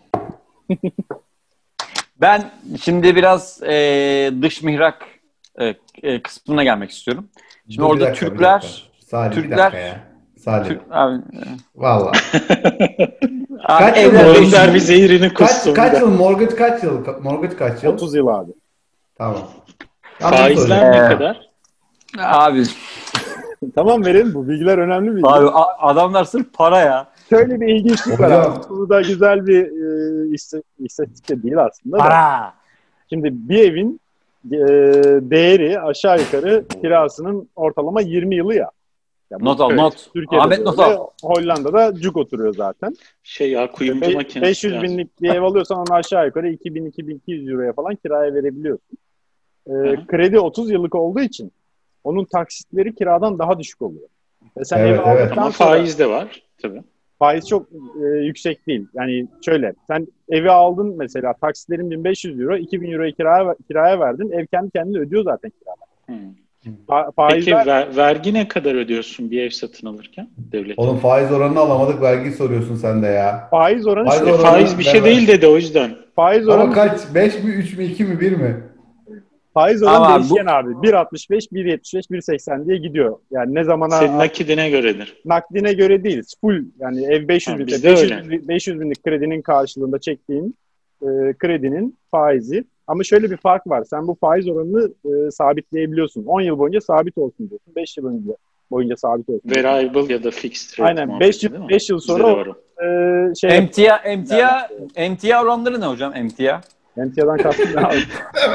Ben şimdi biraz e, dış mihrak e, e, kısmına gelmek istiyorum. Şimdi Dur, bir orada dakika, bir Türkler dakika. Salih bir Türkler- dakika ya. Salih. Türk abi, Valla. abi Kaç evler yıl beş yüz- Önder bir zehrini Kaç, kustu. kaç yıl? Mortgage kaç yıl? Mortgage kaç yıl? otuz yıl abi. Tamam. Yanlış Faizler soracağım. ne Ee, kadar? Abi, Tamam verelim. Bu bilgiler önemli bilgi. abi a- adamlar sırf para ya. Şöyle bir ilginçlik var Hocam. abi. Bu da güzel bir e, ist- istatistik de değil aslında da. Para. Şimdi bir evin e, değeri aşağı yukarı kirasının ortalama yirmi yılı ya. Ya bu Not al evet, not. Türkiye'de Ahmet de not öyle, al. Hollanda'da cuk oturuyor zaten. Şey ya, kuyumcu Be- makinesi. beş yüz lazım. binlik bir ev alıyorsan onu aşağı yukarı iki bin iki bin iki yüz euroya falan kiraya verebiliyorsun. E, hı. kredi otuz yıllık olduğu için onun taksitleri kiradan daha düşük oluyor. Ve sen Evet, evi evet. aldıktan Ama sonra faiz de var tabii. faiz çok e, yüksek değil. Yani şöyle, sen evi aldın mesela, taksitlerin bin beş yüz euro, iki bin euroyu kiraya, kiraya verdin. Ev kendi kendine ödüyor zaten kirada. Hı. Fa- Peki faizler, ver- vergi ne kadar ödüyorsun bir ev satın alırken devlet? Oğlum faiz oranını alamadık, vergi soruyorsun sen de ya. faiz oranı Faiz şey, oranı- Faiz bir şey Ver- değil dedi o yüzden. faiz Ama oranı, kaç? beş mi, üç mü, iki mi, bir mi? faiz oranı Ama değişken abi. bir altmış beş, bir yetmiş beş, bir seksen diye gidiyor. Yani ne zamana Senin nakidine göredir. nakdine göre değil. Full yani ev beş yüz Ha, bin, bizde beş yüz, öyle. bin- beş yüz binlik kredinin karşılığında çektiğin e, kredinin faizi Ama şöyle bir fark var. Sen bu faiz oranını e, sabitleyebiliyorsun. on yıl boyunca sabit olsun diyorsun. beş yıl boyunca, boyunca sabit olsun diyorsun. Variable ya da fixed rate. Aynen. beş yıl, beş yıl sonra o, e, şey emtia, emtia, emtia oranları ne hocam? Emtia? Emtiadan kastım ne abi?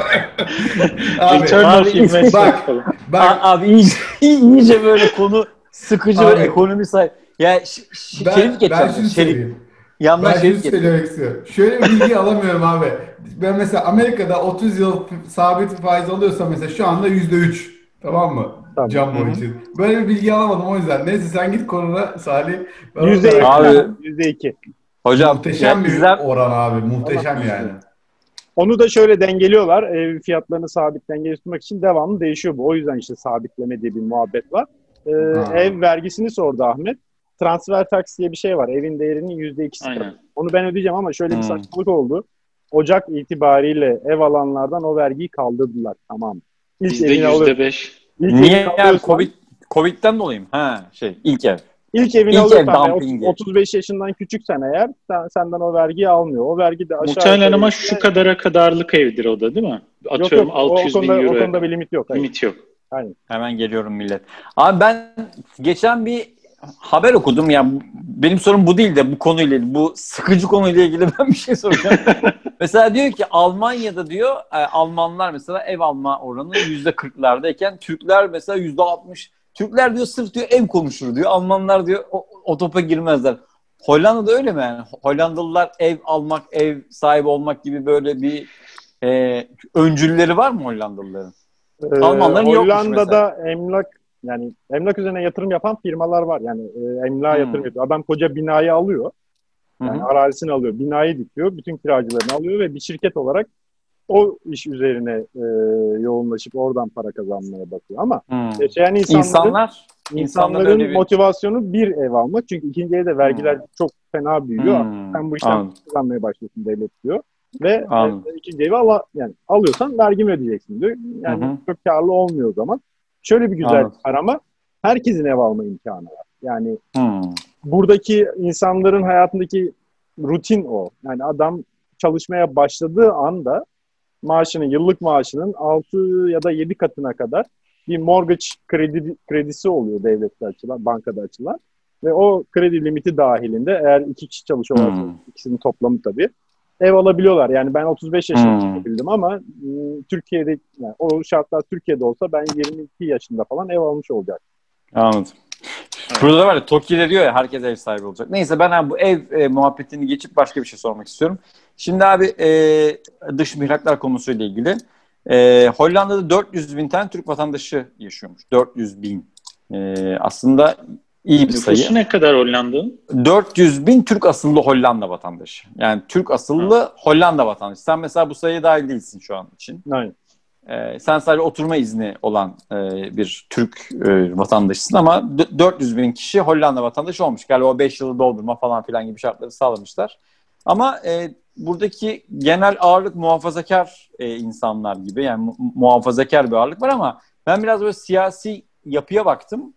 Abi, Return of abi, investment bak, falan. bak Abi iyice, iyice böyle konu sıkıcı Abi. ve ekonomi say. Ya ş- ş- ben, Şerif ben geçeceğim. şunu Şerif. söyleyeyim. Yandan Ben şunu Şerif geçeceğim. söylemek istiyorum. Şöyle bir bilgi alamıyorum abi. Ben mesela Amerika'da otuz yıl sabit faiz alıyorsam mesela şu anda yüzde üç. Tamam mı? Tamam. Jumbo Hı hı. için. Böyle bir bilgi alamadım o yüzden. Neyse sen git konuna Salih. Ben yüzde iki. onu merak Abi. yüzde iki. Hocam Muhteşem ya, bir izlem... oran abi. Muhteşem Ama- yani. Onu da şöyle dengeliyorlar. Ev fiyatlarını sabit dengeli tutmak için devamlı değişiyor bu. O yüzden işte sabitleme diye bir muhabbet var. Ee, Ha. ev vergisini sordu Ahmet. Transfer tax diye bir şey var. Evin değerinin yüzde ikisi. Aynen. Onu ben ödeyeceğim ama şöyle bir Hmm. saçmalık oldu. Ocak itibariyle ev alanlardan o vergiyi kaldırdılar. Tamam. İlk Bizde evini yüzde alıyorsun. beş. İlk Niye evini yani alıyorsan- Covid Covid'den dolayı mı? Ha şey ilk ev. İlk evini İlk ev alıyorsan ve dumpingi. otuz beş yaşından küçüksen eğer sen, senden o vergiyi almıyor. O vergi de aşağı Muhtemelen yukarı ama işte- şu kadara kadarlık evdir o da değil mi? Yok Atıyorum yok. O, altı yüz bin konuda, euro. o konuda bir limit yok. Hayır. Limit yok. Hemen geliyorum millet. Abi ben geçen bir haber okudum. Yani benim sorum bu değil de bu konuyla ilgili, bu sıkıcı konuyla ilgili ben bir şey soracağım. Mesela diyor ki Almanya'da diyor e, Almanlar mesela ev alma oranı yüzde kırklardayken Türkler mesela yüzde altmış. Türkler diyor sırf diyor ev konuşur diyor. Almanlar diyor o, o topa girmezler. Hollanda'da öyle mi yani? Hollandalılar ev almak, ev sahibi olmak gibi böyle bir e, öncülleri var mı Hollandalıların? Ee, Almanların yokmuş Hollanda'da emlak yani emlak üzerine yatırım yapan firmalar var. Yani e, emlağa Hmm. yatırım yapıyor. Adam koca binayı alıyor. Yani Hı hı. arazisini alıyor. Binayı dikiyor. Bütün kiracılarını alıyor ve bir şirket olarak o iş üzerine e, yoğunlaşıp oradan para kazanmaya bakıyor. Ama Hmm. yaşayan insanların, İnsanlar, insanların insanların öyle bir... motivasyonu bir ev almak. Çünkü ikinci evde vergiler Hmm. çok fena büyüyor. Hmm. Sen bu işten Anladım. kazanmaya başlıyorsun devlet diyor. Ve Anladım. e, ikinci evi ala, yani alıyorsan vergimi ödeyeceksin diyor. Yani Hı hı. çok karlı olmuyor o zaman. Şöyle bir güzel Anladım. var ama herkesin ev alma imkanı var. Yani Hmm. buradaki insanların hayatındaki rutin o. Yani adam çalışmaya başladığı anda maaşının, yıllık maaşının altı ya da yedi katına kadar bir mortgage kredi kredisi oluyor devlette açılan, bankada açılan. Ve o kredi limiti dahilinde eğer iki kişi çalışıyorlarsa, Hmm. ikisinin toplamı tabii, ev alabiliyorlar. Yani ben otuz beş yaşında Hmm. çıkabildim ama ıı, Türkiye'de, yani o şartlar Türkiye'de olsa ben yirmi iki yaşında falan ev almış olacak. Anladım. Burada da var ya Toki'de diyor ya herkes ev sahibi olacak. Neyse ben abi bu ev e, muhabbetini geçip başka bir şey sormak istiyorum. Şimdi abi e, dış mihraklar konusuyla ilgili. E, Hollanda'da dört yüz bin tane Türk vatandaşı yaşıyormuş. dört yüz bin. E, aslında iyi bir sayı. Nüfusu ne kadar Hollanda'nın? dört yüz bin Türk asıllı Hollanda vatandaşı. Yani Türk asıllı Ha. Hollanda vatandaşı. Sen mesela bu sayıya dahil değilsin şu an için. Aynen. Ee, sen sadece oturma izni olan e, bir Türk e, vatandaşısın ama d- dört yüz bin kişi Hollanda vatandaşı olmuş. Galiba o beş yılı doldurma falan filan gibi şartları sağlamışlar. Ama e, buradaki genel ağırlık muhafazakar e, insanlar gibi. Yani mu- muhafazakar bir ağırlık var ama ben biraz böyle siyasi yapıya baktım.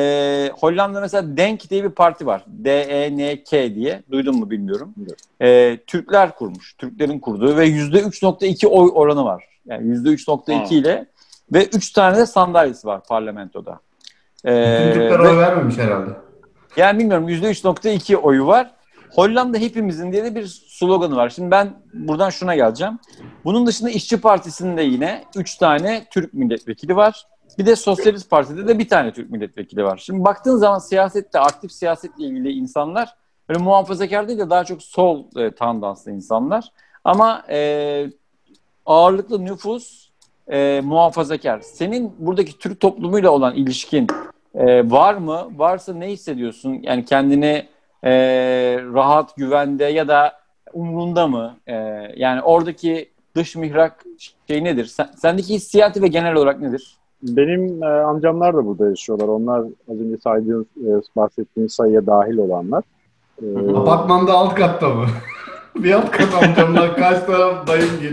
E, Hollanda mesela Denk diye bir parti var. D E N K diye. Duydun mu bilmiyorum. E, Türkler kurmuş. Türklerin kurduğu ve yüzde üç nokta iki oy oranı var. Yani yüzde üç nokta iki ile ve üç tane de sandalyesi var parlamentoda. Ee, Bütün Türkler ve- oy vermemiş herhalde. Yani bilmiyorum yüzde üç nokta iki oyu var. Hollanda hepimizin diye de bir sloganı var. Şimdi ben buradan şuna geleceğim. Bunun dışında İşçi Partisi'nde yine üç tane Türk milletvekili var. Bir de Sosyalist Parti'de de bir tane Türk milletvekili var. Şimdi baktığın zaman siyasette, aktif siyasetle ilgili insanlar böyle muhafazakar değil de daha çok sol e, tandanslı insanlar. Ama e, ağırlıklı nüfus e, muhafazakar. Senin buradaki Türk toplumuyla olan ilişkin e, var mı? Varsa ne hissediyorsun? Yani kendini e, rahat, güvende ya da umrunda mı? E, yani oradaki dış mihrak şey nedir? Sen, sendeki hissiyatı ve genel olarak nedir? Benim e, amcamlar da burada yaşıyorlar. Onlar az önce saydığınız, e, bahsettiğiniz sayıya dahil olanlar. E, Apartmanda alt katta mı? Bir alt kat amcamlar kaç taraf dayım gel.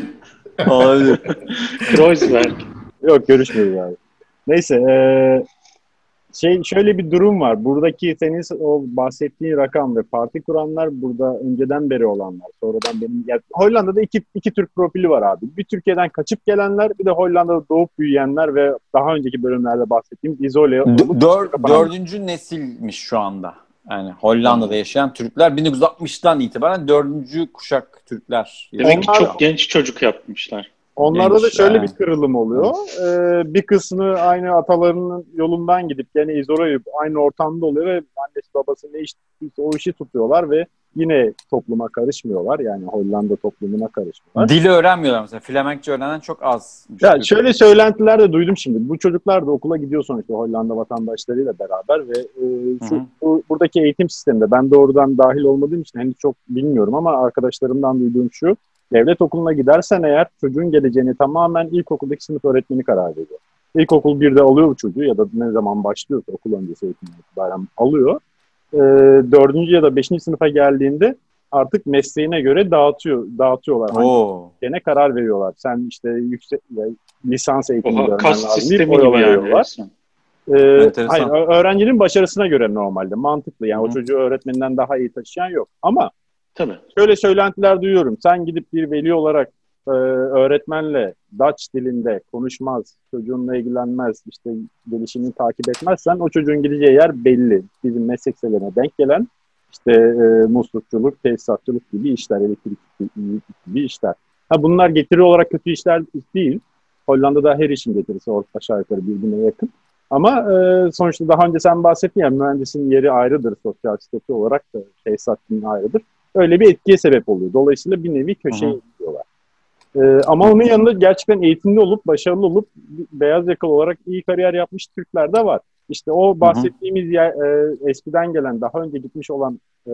Olabilir. Kreuzberg. Yok görüşmüyoruz abi. Neyse. E, Şey şöyle bir durum var. Buradaki senin o bahsettiğin rakam ve parti kuranlar burada önceden beri olanlar. Sonradan benim yani Hollanda'da iki, iki Türk profili var abi. Bir Türkiye'den kaçıp gelenler, bir de Hollanda'da doğup büyüyenler ve daha önceki bölümlerde bahsettiğim izole olup Dör, dördüncü nesilmiş şu anda. Yani Hollanda'da yaşayan Türkler bin dokuz yüz altmıştan itibaren dördüncü kuşak Türkler. Demek ki Onlar- çok genç çocuk yapmışlar. Onlarda da Genç, şöyle he. bir kırılım oluyor. Ee, bir kısmı aynı atalarının yolundan gidip gene izole edip aynı ortamda oluyor ve annesi babası ne iş tutuyorsa o işi tutuyorlar ve yine topluma karışmıyorlar. Yani Hollanda toplumuna karışmıyorlar. Dili öğrenmiyorlar mesela. Flemenkçe öğrenen çok az. Ya şöyle söylentiler de duydum şimdi. Bu çocuklar da okula gidiyor sonuçta Hollanda vatandaşlarıyla beraber ve e, şu, Hı hı. bu, buradaki eğitim sisteminde ben doğrudan dahil olmadığım için henüz çok bilmiyorum ama arkadaşlarımdan duyduğum şu: devlet okuluna gidersen eğer çocuğun geleceğini tamamen ilkokuldaki sınıf öğretmeni karar veriyor. İlkokul birde alıyor bu çocuğu ya da ne zaman başlıyorsa okul öncesi eğitimden itibaren alıyor. E, dördüncü ya da beşinci sınıfa geldiğinde artık mesleğine göre dağıtıyor, dağıtıyorlar. Hangi Oo. ne karar veriyorlar. Sen işte yüksek yani lisans eğitimi Oha, görmen kast lazım sistemi deyip o yola gibi yani. veriyorlar. resmen. Ee, Enteresan. hayır, ö- öğrencinin başarısına göre normalde mantıklı. Yani Hı. o çocuğu öğretmeninden daha iyi taşıyan yok. Ama Tabii. şöyle söylentiler duyuyorum. Sen gidip bir veli olarak e, öğretmenle Dutch dilinde konuşmaz, çocuğunla ilgilenmez, işte gelişimini takip etmezsen o çocuğun gideceği yer belli. Bizim meslek liselerine denk gelen işte e, muslukçuluk, tesisatçılık gibi işler, elektrik gibi işler. Ha, bunlar getiri olarak kötü işler değil. Hollanda'da her işin getirisi aşağı yukarı birbirine yakın. Ama e, sonuçta daha önce sen bahsettin ya, mühendisin yeri ayrıdır, sosyal statü olarak da tesisatçının ayrıdır. Öyle bir etkiye sebep oluyor. Dolayısıyla bir nevi köşeye gidiyorlar. E, ama onun yanında gerçekten eğitimli olup, başarılı olup beyaz yakalı olarak iyi kariyer yapmış Türkler de var. İşte o bahsettiğimiz yer, e, eskiden gelen, daha önce gitmiş olan e,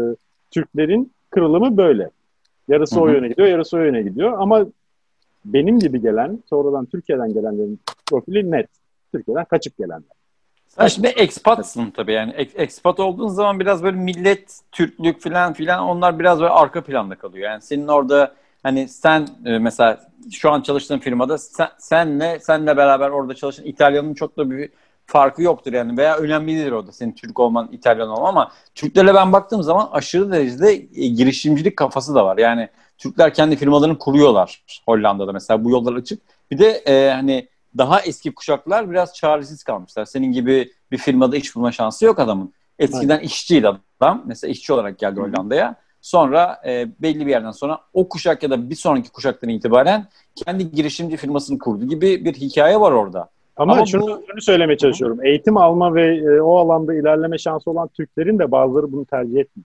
Türklerin kırılımı böyle. Yarısı Hı hı. o yöne gidiyor, yarısı o yöne gidiyor. Ama benim gibi gelen, sonradan Türkiye'den gelenlerin profili net. Türkiye'den kaçıp gelenler. Sen şimdi ekspatsın tabii yani. Ek, ekspat olduğun zaman biraz böyle millet, Türklük falan filan onlar biraz böyle arka planda kalıyor. Yani senin orada hani sen e, mesela şu an çalıştığın firmada sen, senle senle beraber orada çalışan İtalyanın çok da bir farkı yoktur yani veya önemli değildir orada senin Türk olman, İtalyan olman ama Türklerle ben baktığım zaman aşırı derecede e, girişimcilik kafası da var. Yani Türkler kendi firmalarını kuruyorlar Hollanda'da mesela bu yollar açık. Bir de e, hani daha eski kuşaklar biraz çaresiz kalmışlar. Senin gibi bir firmada iş bulma şansı yok adamın. Eskiden evet. işçiydi adam. Mesela işçi olarak geldi Hollanda'ya. Sonra e, belli bir yerden sonra o kuşak ya da bir sonraki kuşaktan itibaren kendi girişimci firmasını kurdu gibi bir hikaye var orada. Ama, Ama şunu, bu... şunu söylemeye çalışıyorum. Hı-hı. Eğitim alma ve e, o alanda ilerleme şansı olan Türklerin de bazıları bunu tercih etmiyor.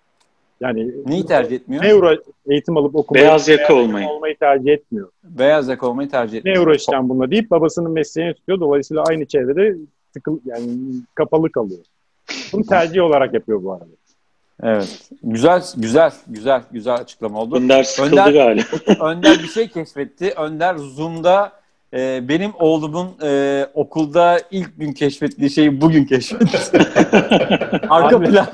Yani neyi tercih etmiyor? Ne uğra- eğitim alıp okumayı, beyaz yaka olmayı. olmayı tercih etmiyor. Beyaz yaka olmayı tercih etmiyor. Ne uğraşacağım bununla deyip babasının mesleğini tutuyor. Dolayısıyla aynı çevrede tıkıl, yani kapalı kalıyor. Bunu tercih olarak yapıyor bu arada. Evet. Güzel, güzel, güzel, güzel açıklama oldu. Önder sıkıldı Önder, galiba. Önder bir şey keşfetti. Önder Zoom'da e, benim oğlumun e, okulda ilk gün keşfettiği şeyi bugün keşfetti. Arka plan.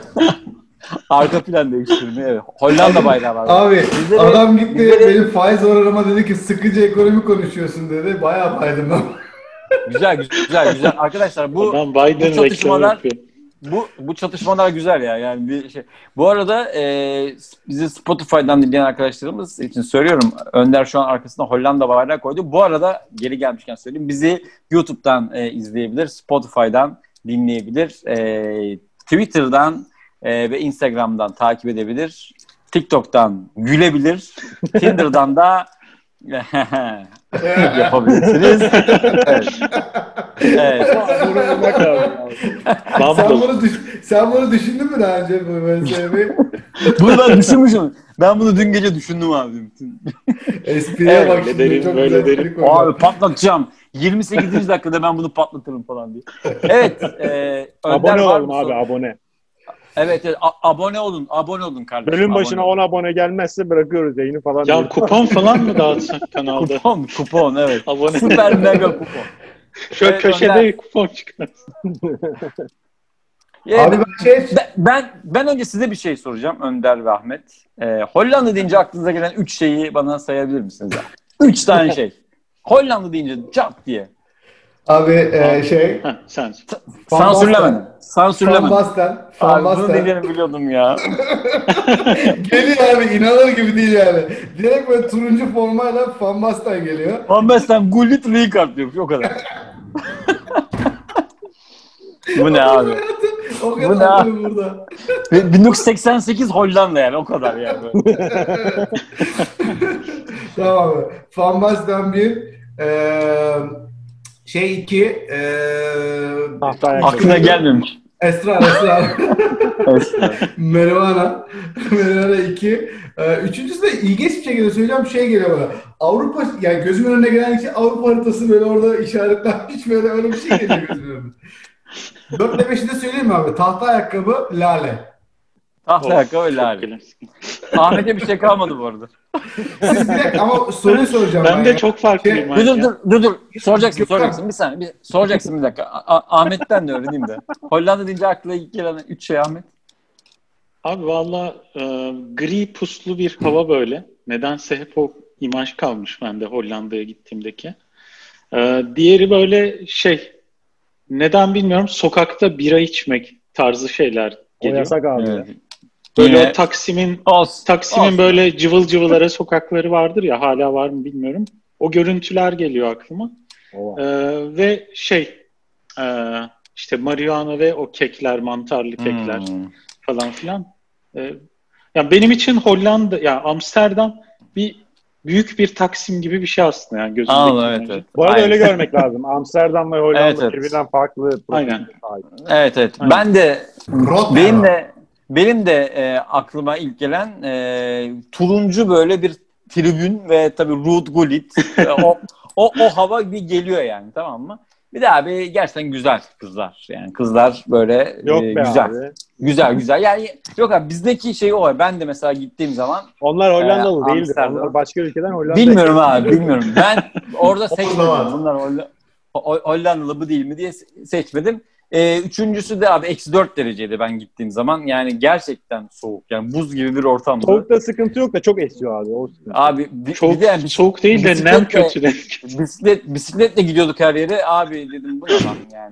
Arka plan değiştirme. Evet. Hollanda bayrağı var. Abi bizleri, adam gitti bizleri... benim faiz oranıma dedi ki sıkıcı ekonomi konuşuyorsun dedi. Bayağı baydım ben. Güzel, güzel, güzel. Arkadaşlar bu, bu çatışmalar bu bu çatışmalar güzel ya. Yani bir şey. Bu arada e, bizi Spotify'dan dinleyen arkadaşlarımız için söylüyorum. Önder şu an arkasına Hollanda bayrağı koydu. Bu arada geri gelmişken söyleyeyim. Bizi YouTube'dan e, izleyebilir, Spotify'dan dinleyebilir, e, Twitter'dan e, ve Instagram'dan takip edebilir, TikTok'tan gülebilir, Tinder'dan da yapabilirsiniz. Evet. Evet. sen, bunu düş- sen bunu düşündün mü daha önce bu meseleyi? Bunu ben düşünmüşüm. Ben bunu dün gece düşündüm abi. Espriye evet, bak şimdi derim, çok güzel espri koydum. Abi patlatacağım. yirmi sekizinci dakikada ben bunu patlatırım falan diye. Evet. E, abone olalım abi, abone. Evet, evet a- abone olun, abone olun kardeşim. Bölüm başına abone on abone gelmezse bırakıyoruz yayını falan. Ya diye. Kupon falan mı dağıtsak kanalda? Kupon, kupon evet. Abone. Süper mega kupon. Şöyle evet, köşede Önder... kupon çıkar. Yani Abi ben, şey... ben, ben ben önce size bir şey soracağım Önder ve Ahmet. Ee, Hollanda deyince aklınıza gelen üç şeyi bana sayabilir misiniz? Üç tane şey. Hollanda deyince çat diye. Abi e, şey Heh, sen. Sansürlemedim. Sansürlemedim. Van Basten. Van Abi bunu Basten. diyeceğini biliyordum ya. Geliyor abi, inanılır gibi değil yani. Direkt böyle turuncu formayla Van Basten geliyor. Van Basten Gullit Rijkaard diyormuş o kadar. Bu ne abi? O Bu kadar ne abi burada. Ve bin dokuz yüz seksen sekiz Hollanda yani o kadar yani. Tamam abi. Van Basten bir. Ee, şey iki. Ee, Tahtaya Aklına gelmemiş. Esrar, Esrar. Evet. Marijuana. Marijuana iki. Ee, üçüncüsü de ilginç bir şekilde söyleyeceğim bir şey geliyor bana. Avrupa, yani gözümün önüne gelen şey Avrupa haritası böyle orada işaretlenmiş, böyle öyle bir şey geliyor gözümün önüne. Dört ile beşi de söyleyeyim mi abi? Tahta ayakkabı, lale. Tahta ayakkabı öyle abi. Ahmet'e bir şey kalmadı bu arada. Siz direkt ama soruyu soracağım Ben de ya. çok farklıyım. Dur dur ya. dur dur dur. Soracaksın Gökhan. soracaksın bir saniye. Bir, soracaksın bir dakika. A- A- Ahmet'ten de öğreneyim de. Hollanda deyince akla ilk gelen üç şey Ahmet. Abi valla e, gri puslu bir hava böyle. Nedense hep o imaj kalmış bende Hollanda'ya gittiğimdeki. E, diğeri böyle şey, neden bilmiyorum, sokakta bira içmek tarzı şeyler O geliyor. yasak abi. Evet. Böyle Yine- o Taksim'in Olsun. Taksim'in olsun. böyle cıvıl cıvıl sokakları vardır ya, hala var mı bilmiyorum. O görüntüler geliyor aklıma. Oha. E, ve şey e, işte marihuana ve o kekler, mantarlı kekler Hmm. falan filan. Ee, ya benim için Hollanda, ya Amsterdam bir büyük bir Taksim gibi bir şey aslında yani gözümdeki. Anladım, evet, bence. evet. Bu arada Aynen. öyle görmek lazım. Amsterdam ve Hollanda Evet, evet. birbirinden farklı. Aynen. Sahip. Evet evet. Aynen. Ben de Rotterdam. benim de benim de e, aklıma ilk gelen e, turuncu böyle bir tribün ve tabii Ruud Gullit E, o, o o hava bir geliyor yani, tamam mı? Bir de abi gerçekten güzel kızlar. Yani kızlar böyle Yok e, be güzel. abi. Güzel güzel. Yani yok abi, bizdeki şey o. Ben de mesela gittiğim zaman Onlar Hollandalı Ee, değildir. Amsterdam. Onlar başka ülkeden Hollanda. bilmiyorum abi bilmiyorum. Ben orada var. seçmedim. Bunlar Holl- Ho- Hollandalı mı değil mi diye se- seçmedim. Ee, üçüncüsü de abi eksi dört dereceydi ben gittiğim zaman. Yani gerçekten soğuk. Yani buz gibi bir ortamdı. Soğukta sıkıntı yok da çok esiyor abi. O sıkıntı. Abi bir, Çok bir de yani soğuk değil de nem bisikletle- kötü. bisiklet, bisikletle gidiyorduk her yere. Abi dedim bu ne lan yani.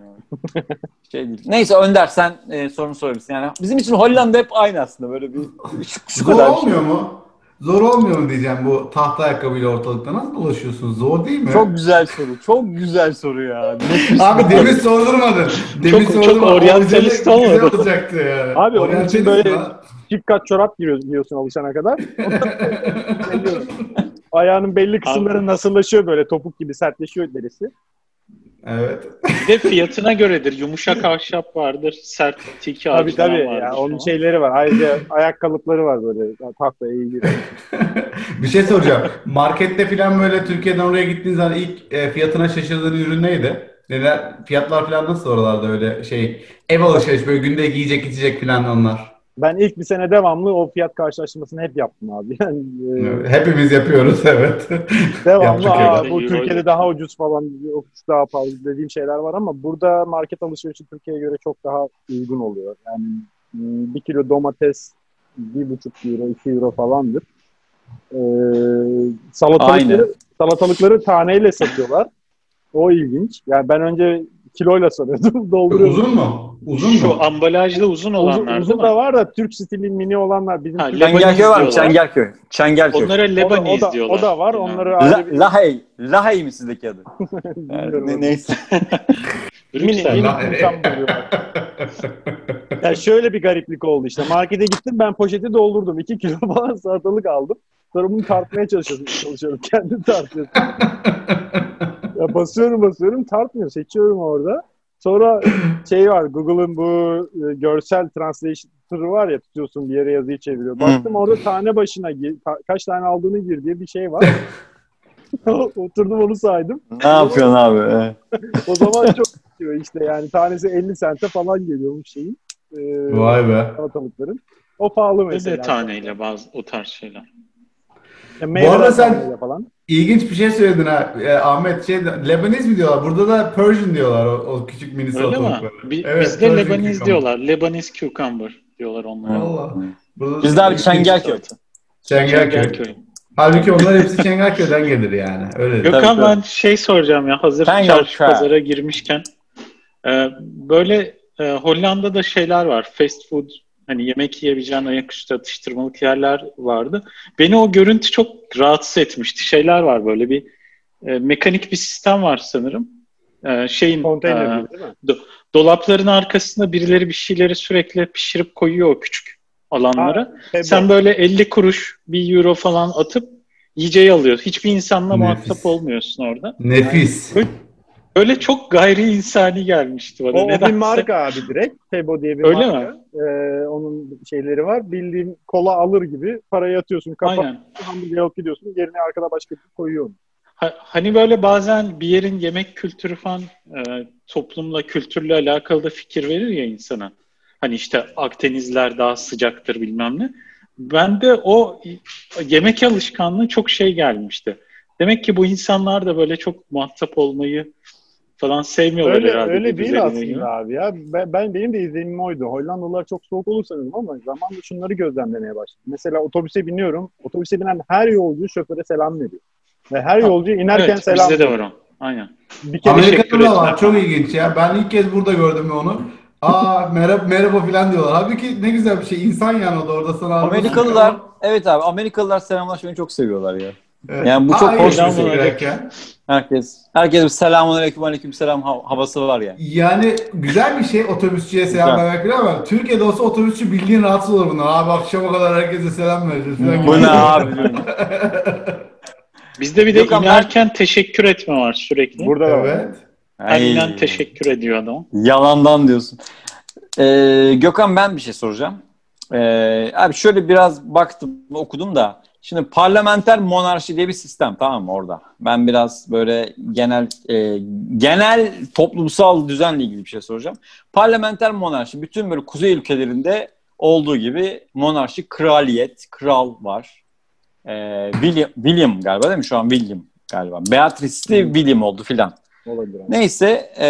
Şey değil. Neyse Önder sen e, sorunu sorabilirsin. Yani bizim için Hollanda hep aynı aslında, böyle bir şu, şu Zor kadar bir şey. olmuyor mu? Zor olmuyor mu diyeceğim, bu tahta ayakkabıyla ortalıkta nasıl dolaşıyorsunuz? Zor değil mi? Çok güzel soru. Çok güzel soru ya. Abi demin sordurmadın. Demin Çok- çok sordurmadın. oryantalist O güzel- olmadı. Güzel olacaktı yani. Abi onun için Oryantalist böyle lan. çift kat çorap giyiyorsun, giyiyorsun alışana kadar. Ayağının belli kısımları nasıllaşıyor, böyle topuk gibi sertleşiyor derisi. Evet. Bir de fiyatına göredir. Yumuşak ahşap vardır, sert tiki Tabii ağacından tabii. vardır. Ya, onun falan. şeyleri var. Ayrıca ayak kalıpları var böyle. Tahtaya ilgili. Bir şey soracağım. Markette falan böyle Türkiye'den oraya gittiğin zaman ilk e, fiyatına şaşırdığın ürün neydi? Neler, fiyatlar falan nasıl oralarda, öyle şey, ev alışveriş böyle günde giyecek içecek falan onlar. Ben ilk bir sene devamlı o fiyat karşılaştırmasını hep yaptım abi. Yani, e, Hepimiz yapıyoruz, evet. devamlı Yaptık Aa, evet. bu Euro- Türkiye'de daha ucuz falan, o daha pahalı dediğim şeyler var ama burada market alışverişi Türkiye'ye göre çok daha uygun oluyor. Yani m, bir kilo domates bir buçuk euro, iki euro falandır. Ee, salatalıkları, Aynen. salatalıkları taneyle satıyorlar. O ilginç. Yani ben önce kiloyla sanıyordum. Dolduruyorum. Uzun mu? Uzun mu? Şu ambalajlı uzun olanlar Uzun, değil uzun mi? da var da Türk stili mini olanlar. Bizim Ha, Türk- Lebanese Çengelköy var mı? diyorlar. Çengelköy. Çengelköy. Onlara o, da, o, Lebanese da, diyorlar. o da var. Yani. Onları La, ayrı bir... Lahey. Lahey mi sizdeki adı? Bilmiyorum. Ne, neyse. Mini, Brüksel. mini La- insan buluyorlar. Yani şöyle bir gariplik oldu işte. Markete gittim, ben poşeti doldurdum. iki kilo falan salatalık aldım. Sonra bunu tartmaya çalışıyorum. çalışıyorum. Kendim tartıyorum. Ya basıyorum basıyorum tartmıyor. Seçiyorum orada. Sonra şey var, Google'ın bu e, görsel translator'ı var ya, tutuyorsun bir yere yazıyı çeviriyor. Baktım orada tane başına gir, ka- kaç tane aldığını gir diye bir şey var. Oturdum onu saydım. Ne yapıyorsun abi? Evet. O zaman çok diyor işte, yani tanesi elli sente falan geliyormuş şeyin. E, Vay be. salatalıkların. O pahalı Ve mesela. de taneyle bazı o tarz şeyler. Ya, Bu arada meyveler sen- taneyle falan. İlginç bir şey söyledin ha e, Ahmet. Şey, Lebanese mi diyorlar? Burada da Persian diyorlar o, o küçük mini Öyle mi? salatalıklara. Bi- Evet, bizde Persian Lebanese cucumber. diyorlar. Lebanese cucumber diyorlar onlara. Allah. Burada- Bizde abi Çengelköy. Çengelköy. Çengelköy. Halbuki onlar hepsi Çengelköy'den gelir yani. Öyle. Gökhan Tabii, ben tabii. şey soracağım ya hazır Sen çarşı yok ha. pazara girmişken. Ee, böyle e, Hollanda'da şeyler var. Fast food hani yemek yiyebileceğin ayaküstü atıştırmalık yerler vardı. Beni o görüntü çok rahatsız etmişti. Şeyler var böyle bir e, mekanik bir sistem var sanırım. E, şeyin Konteyner e, gibi değil mi? do- dolapların arkasında birileri bir şeyleri sürekli pişirip koyuyor o küçük alanlara. Ha, şey bu. Sen böyle elli kuruş, bir euro falan atıp yiyeceği alıyorsun. Hiçbir insanla Nefis. muhatap olmuyorsun orada. Nefis. Böyle, böyle çok gayri insani gelmişti bana. O, o bir Nedense. marka abi direkt. Tebo diye bir Öyle marka. Ee, onun şeyleri var. Bildiğin kola alır gibi parayı atıyorsun. Kapat, Aynen. hamburger alıp gidiyorsun. Yerine arkada başka bir koyuyor onu. Ha- Hani böyle bazen bir yerin yemek kültürü falan e, toplumla, kültürle alakalı da fikir verir ya insana. Hani işte Akdenizler daha sıcaktır bilmem ne. Bende o yemek alışkanlığı çok şey gelmişti. Demek ki bu insanlar da böyle çok muhatap olmayı falan sevmiyorlar Öyle, herhalde. öyle değil birbirlerine aslında gibi. abi ya. Ben, ben benim de izlenimim oydu. Hollandalılar çok soğuk olur sanırım ama zamanla şunları gözlemlemeye başladım. Mesela otobüse biniyorum. Otobüse binen her yolcu şoföre selam veriyor. Ve her Ha, yolcu inerken Evet, selam bizde de veriyor. var o. Aynen. Bir kere teşekkür Amerika'da da var. etmem. Çok ilginç ya. Ben ilk kez burada gördüm onu. Aa merhaba, merhaba falan diyorlar. Halbuki ne güzel bir şey. İnsan yani o da orada sana arabası Amerikalılar, çıkıyor. evet abi, Amerikalılar selamlaşmayı çok seviyorlar ya. Evet. Yani bu Aa, çok iyi hoş bir bir şey. şey girerken. Herkes, herkes bir selamünaleyküm, aleykümselam hav- havası var yani. Yani güzel bir şey otobüsçüye selam Güzel. vermek falan ama Türkiye'de olsa otobüsçü bildiğin rahatsız olur bundan. Abi akşama kadar herkese selam vereceğiz falan gibi. Bu ne abi diyorum. Bizde bir de Gökhan, ben- inerken teşekkür etme var sürekli. Burada da var. Evet. Her Ay, inen teşekkür ediyor adam. yalandan diyorsun. Ee, Gökhan, ben bir şey soracağım. Ee, abi şöyle biraz baktım, okudum da. Şimdi parlamenter monarşi diye bir sistem, tamam mı orada? Ben biraz böyle genel e, genel toplumsal düzenle ilgili bir şey soracağım. Parlamenter monarşi bütün böyle kuzey ülkelerinde olduğu gibi monarşi, kraliyet, kral var. Ee, William, William galiba değil mi? Şu an William galiba. Beatrice de William oldu filan. Olabilir. abi. Neyse e,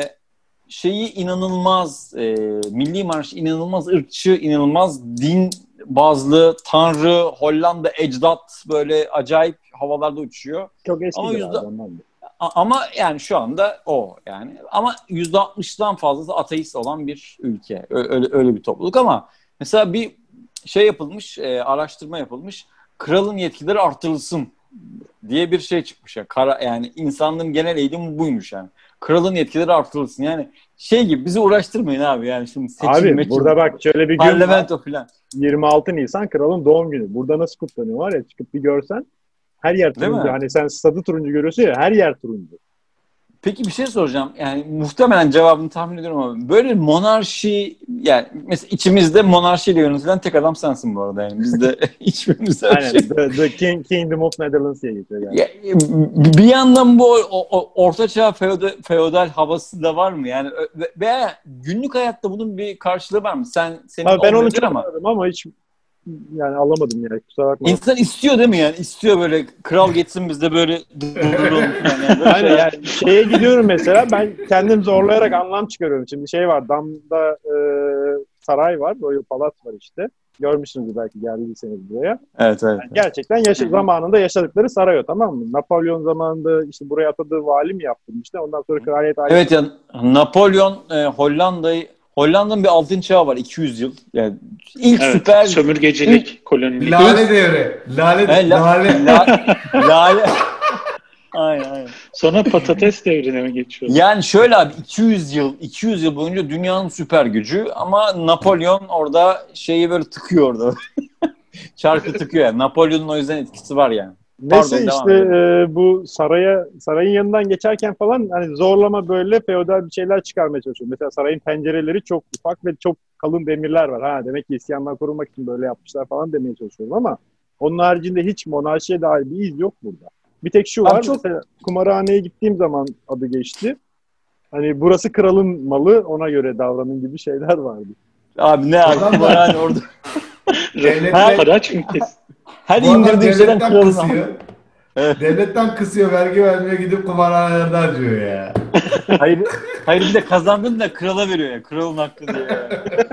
şeyi inanılmaz e, milli marş inanılmaz ırkçı, inanılmaz din bazlı, tanrı, Hollanda, ecdat böyle acayip havalarda uçuyor. Çok eski Ama bir yüzde- abi ondan da. A- ama yani şu anda o yani. Ama yüzde altmıştan fazlası ateist olan bir ülke. Ö- Öyle, öyle bir topluluk ama mesela bir şey yapılmış, e, araştırma yapılmış. Kralın yetkileri artırılsın diye bir şey çıkmış ya. Kara, yani insanlığın genel eğilimi buymuş yani. Kralın yetkileri artırılsın. Yani şey gibi bizi uğraştırmayın abi yani şimdi seçim Abi meçim, burada bak şöyle bir gün var. parlamento filan. yirmi altı Nisan kralın doğum günü. Burada nasıl kutlanıyor var ya, çıkıp bir görsen her yer Değil turuncu. mi? Hani sen stadı turuncu görüyorsun ya, her yer turuncu. Peki bir şey soracağım. Yani muhtemelen cevabını tahmin ediyorum ama böyle monarşi, yani mesela içimizde monarşiyle yönetilen tek adam sensin bu arada yani. Bizde hiçbirimiz öyle Aynen. şey. The, the King, Kingdom of Netherlands diye geçiyor yani. Ya, bir yandan bu o, o, ortaçağ feodal, feodal havası da var mı? Yani ö- ve- veya günlük hayatta bunun bir karşılığı var mı? Sen senin Abi ben onu olmayabilir çok ama aradım ama hiç yani alamadım yani, kusura bakma. insan istiyor değil mi yani? İstiyor böyle kral geçsin biz de böyle dururalım falan. Yani böyle Aynen şeyler. yani şeye gidiyorum mesela, ben kendim zorlayarak anlam çıkarıyorum. Şimdi şey var, Dam'da e, saray var, Royal Palace var işte. Görmüşsünüzdür belki geldiyseniz buraya. Evet, evet. Yani gerçekten yaşa- zamanında yaşadıkları saray o, tamam mı? Napolyon zamanında işte buraya atadığı vali mi yaptırmıştı? Ondan sonra kraliyet ailesi. Evet ya, Napolyon e, Hollanda'yı Hollanda'nın bir altın çağı var, iki yüz yıl. Yani ilk Evet, süper sömürgecilik, kolonilik. Lale devre. Lale, He, la- lale. la- lale. Aynen, aynen. Sonra patates devrine mi geçiyor? Yani şöyle abi, iki yüz yıl iki yüz yıl boyunca dünyanın süper gücü ama Napolyon orada şeyi böyle tıkıyor orada. Çarkı tıkıyor yani. Napolyon'un o yüzden etkisi var yani. Neyse Pardon, devam işte edelim. e, bu saraya sarayın yanından geçerken falan hani zorlama böyle feodal bir şeyler çıkarmaya çalışıyor. Mesela sarayın pencereleri çok ufak ve çok kalın demirler var. Ha demek ki isyandan korunmak için böyle yapmışlar falan demeye çalışıyorum ama onun haricinde hiç monarşiye dair bir iz yok burada. Bir tek şu Abi var. çok- Mesela kumarhaneye gittiğim zaman adı geçti. Hani burası kralın malı, ona göre davranın gibi şeyler vardı. Abi ne abi, Adam da- yani orada Devlet- Her- Haraç mı kes? her Bu adam indirdiği şeyden devletten kralın kısıyor. Devletten kısıyor, vergi vermeye gidip kumarhanelerde harcıyor ya. Hayır, hayır bir de kazandın da krala veriyor ya. Kralın hakkı diye. Ya.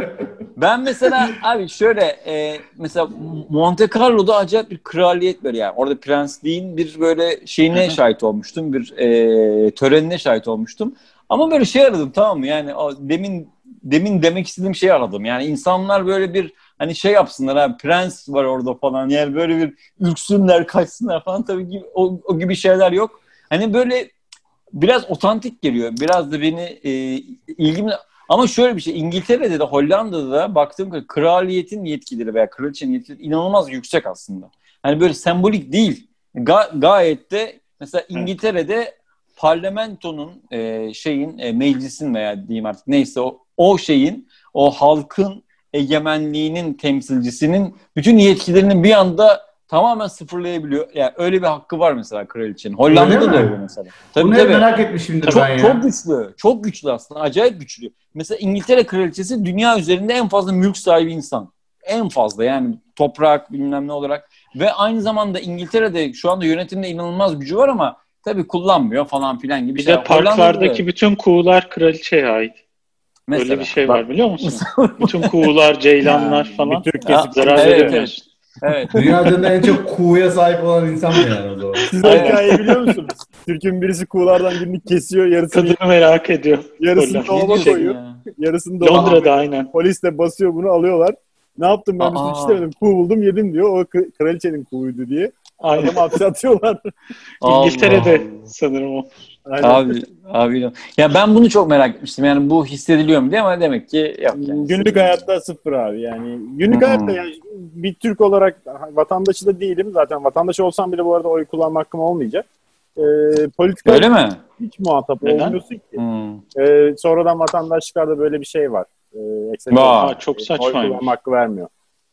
Ben mesela abi şöyle e, mesela Monte Carlo'da acayip bir kraliyet böyle yani. Orada prensliğin bir böyle şeyine şahit olmuştum. Bir e, törenine şahit olmuştum. Ama böyle şey aradım, tamam mı? Yani o demin demin demek istediğim şeyi aradım. Yani insanlar böyle bir hani şey yapsınlar abi, prens var orada falan. Yani böyle bir ürksünler, kaçsınlar falan, tabii ki o, o gibi şeyler yok. Hani böyle biraz otantik geliyor. Biraz da beni e, ilgimi... Ama şöyle bir şey, İngiltere'de de Hollanda'da da baktığım kadar kraliyetin yetkileri veya kraliçenin yetkileri inanılmaz yüksek aslında. Hani böyle sembolik değil. Ga- gayet de mesela İngiltere'de parlamentonun e, şeyin e, meclisin veya diyeyim artık neyse o, o şeyin o halkın egemenliğinin temsilcisinin bütün yetkilerinin bir anda tamamen sıfırlayabiliyor. Yani öyle bir hakkı var mesela kraliçenin. Hollanda'da da öyle mesela. Tabii, Bunu tabii. merak etmişimdir Çok, ben ya. çok güçlü. Çok güçlü aslında. Acayip güçlü. Mesela İngiltere kraliçesi dünya üzerinde en fazla mülk sahibi insan. En fazla yani toprak bilmem ne olarak. Ve aynı zamanda İngiltere'de şu anda yönetimde inanılmaz gücü var ama tabii kullanmıyor falan filan gibi Bir şeyler. de parklardaki bütün kuğular kraliçeye ait. Mesela, öyle bir şey bak, var biliyor musun? Bütün kuğular, ceylanlar falan Bir Türk kesip zarar evet, veremiyorsun. evet. Dünya üzerinde en çok kuğuya sahip olan insan mı yani o zaman? Siz o hikayeyi biliyor musunuz? Türk'ün birisi kuğulardan günlük kesiyor, yarısını Tadını merak ediyor. yarısını Hollanda. dolaba diyorsun koyuyor. ya? Yarısını dolaba Londra'da koyuyor. aynen. Polis de basıyor bunu, alıyorlar. Ne yaptım ben bir Aa. suç işlemedim. Kuğu buldum yedim diyor. O kı- kraliçenin kuğuydu diye. Aynen. Adamı hapse atıyorlar. İngiltere'de Allah. sanırım o. Aynen. Abi, abi. Ya ben bunu çok merak etmiştim. Yani bu hissediliyor mu diye, ama demek ki yok yani. Günlük hayatta sıfır abi. Yani günlük Hmm. hayatta yani bir Türk olarak vatandaşı da değilim. Zaten vatandaş olsam bile bu arada oy kullanma hakkım olmayacak. Ee, politika Öyle mi? hiç muhatap Neden? olmuyorsun ki. Hmm. Ee, sonradan vatandaşlıklarda böyle bir şey var. Ee, eksik- Vay. Aa, çok Oy saçmaymış. kullanma hakkı vermiyor.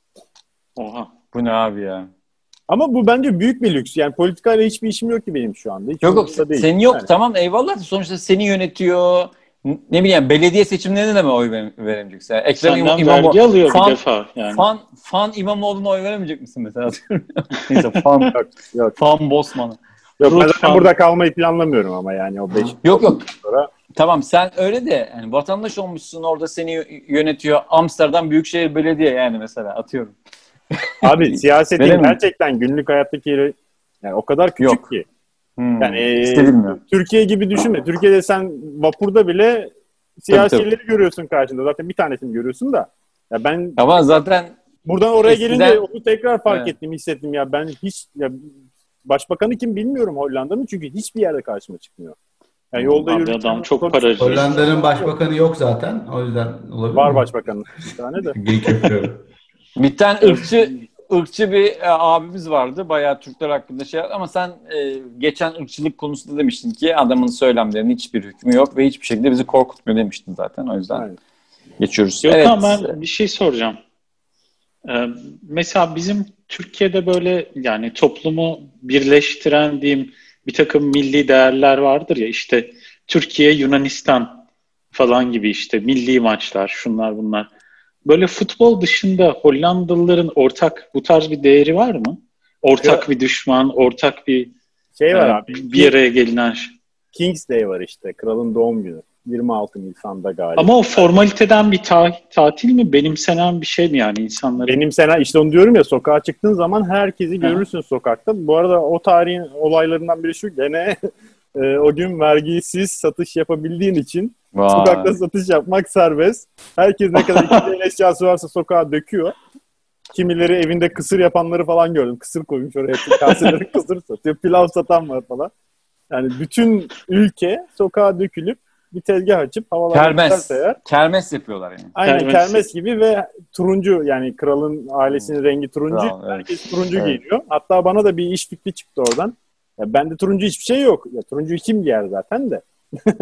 Oha. Bu ne abi ya? Ama bu bence büyük bir lüks. Yani politikayla hiçbir işim yok ki benim şu anda. Hiç Yok yok, umurumda değil. senin yok, Yani. tamam eyvallah, sonuçta seni yönetiyor. Ne bileyim, belediye seçimlerine de mi oy ver- veremeyeceksin? Yani Ekrem Senden İmam- İmamoğlu vergi alıyor fan, bir defa yani. fan, fan İmamoğlu'na oy veremeyecek misin mesela? Neyse, fan, Yok, yok. fan Bosman'a. Yok, ben Root zaten fan. burada kalmayı planlamıyorum ama yani o beş Yok yok. sonra. Tamam, sen öyle de yani vatandaş olmuşsun, orada seni y- yönetiyor Amsterdam Büyükşehir Belediye yani mesela, atıyorum. Abi siyasetin Veremiyorum. gerçekten günlük hayattaki yeri yani o kadar küçük Yok. ki. Hmm, Yani e, istedilmiyor. Türkiye gibi düşünme. Türkiye'de sen vapurda bile siyasileri tabii. görüyorsun karşında. Zaten bir tanesini görüyorsun da. Ya ben Ama zaten buradan oraya eskiden- gelince onu tekrar fark Evet. ettim, hissettim ya. Ben hiç ya başbakanı kim bilmiyorum Hollanda'nın, çünkü hiçbir yerde karşıma çıkmıyor. Yani yolda Abi yürürken adam çok otobüs- paracı. Hollanda'nın başbakanı yok zaten. O yüzden olabilir var mi? başbakanın bir tane de. Geyik yapıyorum. bir tane ırkçı ırkçı bir e, abimiz vardı. Bayağı Türkler hakkında şey, ama sen e, geçen ırkçılık konusunda demiştin ki adamın söylemlerinin hiçbir hükmü yok ve hiçbir şekilde bizi korkutmuyor demiştin zaten. O yüzden Aynen. geçiyoruz. Yok evet. ama ben bir şey soracağım. Ee, mesela bizim Türkiye'de böyle yani toplumu birleştiren diyeyim bir takım milli değerler vardır ya, işte Türkiye, Yunanistan falan gibi, işte milli maçlar, şunlar bunlar. Böyle futbol dışında Hollandalıların ortak bu tarz bir değeri var mı? Ortak Ya- bir düşman, ortak bir Şey var e, abi. bir araya gelinen şey. King's Day var işte. Kralın doğum günü. yirmi altı Nisan'da galiba. Ama o formaliteden bir ta- tatil mi, benimsenen bir şey mi yani insanların? Benim sene işte onu diyorum ya, sokağa çıktığın zaman herkesi Hı. görürsün sokakta. Bu arada o tarihin olaylarından biri şu, gene e, o gün vergisiz satış yapabildiğin için Vay. sokakta satış yapmak serbest. Herkes ne kadar ikinci el eşyası varsa sokağa döküyor. Kimileri evinde kısır yapanları falan gördüm. Kısır koymuş oraya. Kaseleri kısır satıyor. Pilav satan var falan. Yani bütün ülke sokağa dökülüp bir tezgah açıp havalarına Kermes. giderse eğer. Kermes yapıyorlar yani. Aynen Kermes. kermes gibi ve turuncu, yani kralın ailesinin rengi turuncu. Bravo, evet. Herkes turuncu Evet. giyiniyor. Hatta bana da bir iş fikri çıktı oradan. Ya bende turuncu hiçbir şey yok. Ya turuncuyu kim giyer zaten de.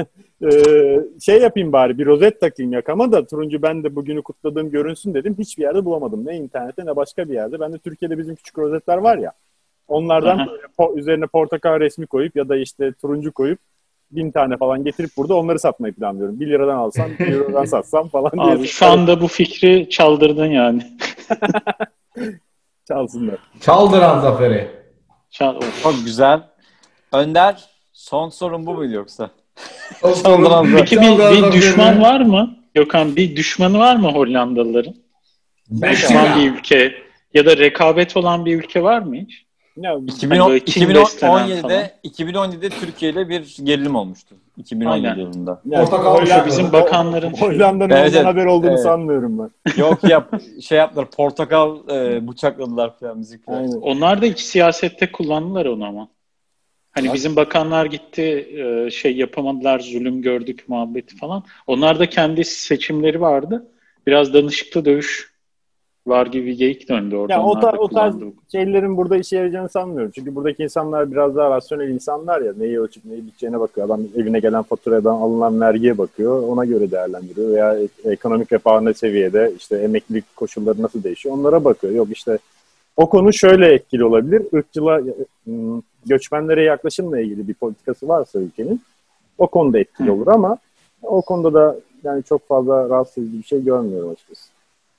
Ee, şey yapayım bari, bir rozet takayım yakama da turuncu ben de bugünü kutladığım görünsün dedim. Hiçbir yerde bulamadım. Ne internette ne başka bir yerde. Ben de Türkiye'de bizim küçük rozetler var ya. Onlardan Aha. böyle po- üzerine portakal resmi koyup ya da işte turuncu koyup bin tane falan getirip burada onları satmayı planlıyorum. bir liradan alsam, bir eurodan satsam falan diye. Abi şu anda bu fikri çaldırdın yani. Çalsınlar. Çaldıran zaferi. Şu an, of. Çok güzel. Önder, son sorun bu muydu yoksa? O Çaldıran da. Peki bir, bir düşman var mı? Gökhan, bir düşmanı var mı Hollandalıların? Düşman bir ülke ya da rekabet olan bir ülke var mı hiç? Ya, iki bin on, Hani böyle kin beslenen falan. iki bin on yedide iki bin on yedide Türkiye ile bir gerilim olmuştu. iki bin on yedi Aynen. yılında. yani Portakal Hollanda- bizim bakanların- Hollanda'nın Evet, ondan evet. haber olduğunu Evet. sanmıyorum ben. Yok ya şey yaptılar, portakal e, bıçakladılar falan müzikler. Aynen. Onlar da iç siyasette kullandılar onu ama. Hani bizim bakanlar gitti e, şey yapamadılar, zulüm gördük muhabbeti falan. Onlar da kendi seçimleri vardı. Biraz danışıklı dövüş var gibi bir geyik döndü orada. Ya o, Onlar tar- da o tarz kullandı. şeylerin burada işe yarayacağını sanmıyorum. Çünkü buradaki insanlar biraz daha rasyonel insanlar ya. Neyi ölçüp neyi biteceğine bakıyor. Adam evine gelen faturadan alınan vergiye bakıyor. Ona göre değerlendiriyor. Veya e- ekonomik refah ne seviyede, işte emeklilik koşulları nasıl değişiyor. Onlara bakıyor. Yok işte o konu şöyle etkili olabilir. Irkçılığa, ım, göçmenlere yaklaşımla ilgili bir politikası varsa ülkenin o konuda etkili olur ama o konuda da yani çok fazla rahatsız edici bir şey görmüyorum açıkçası.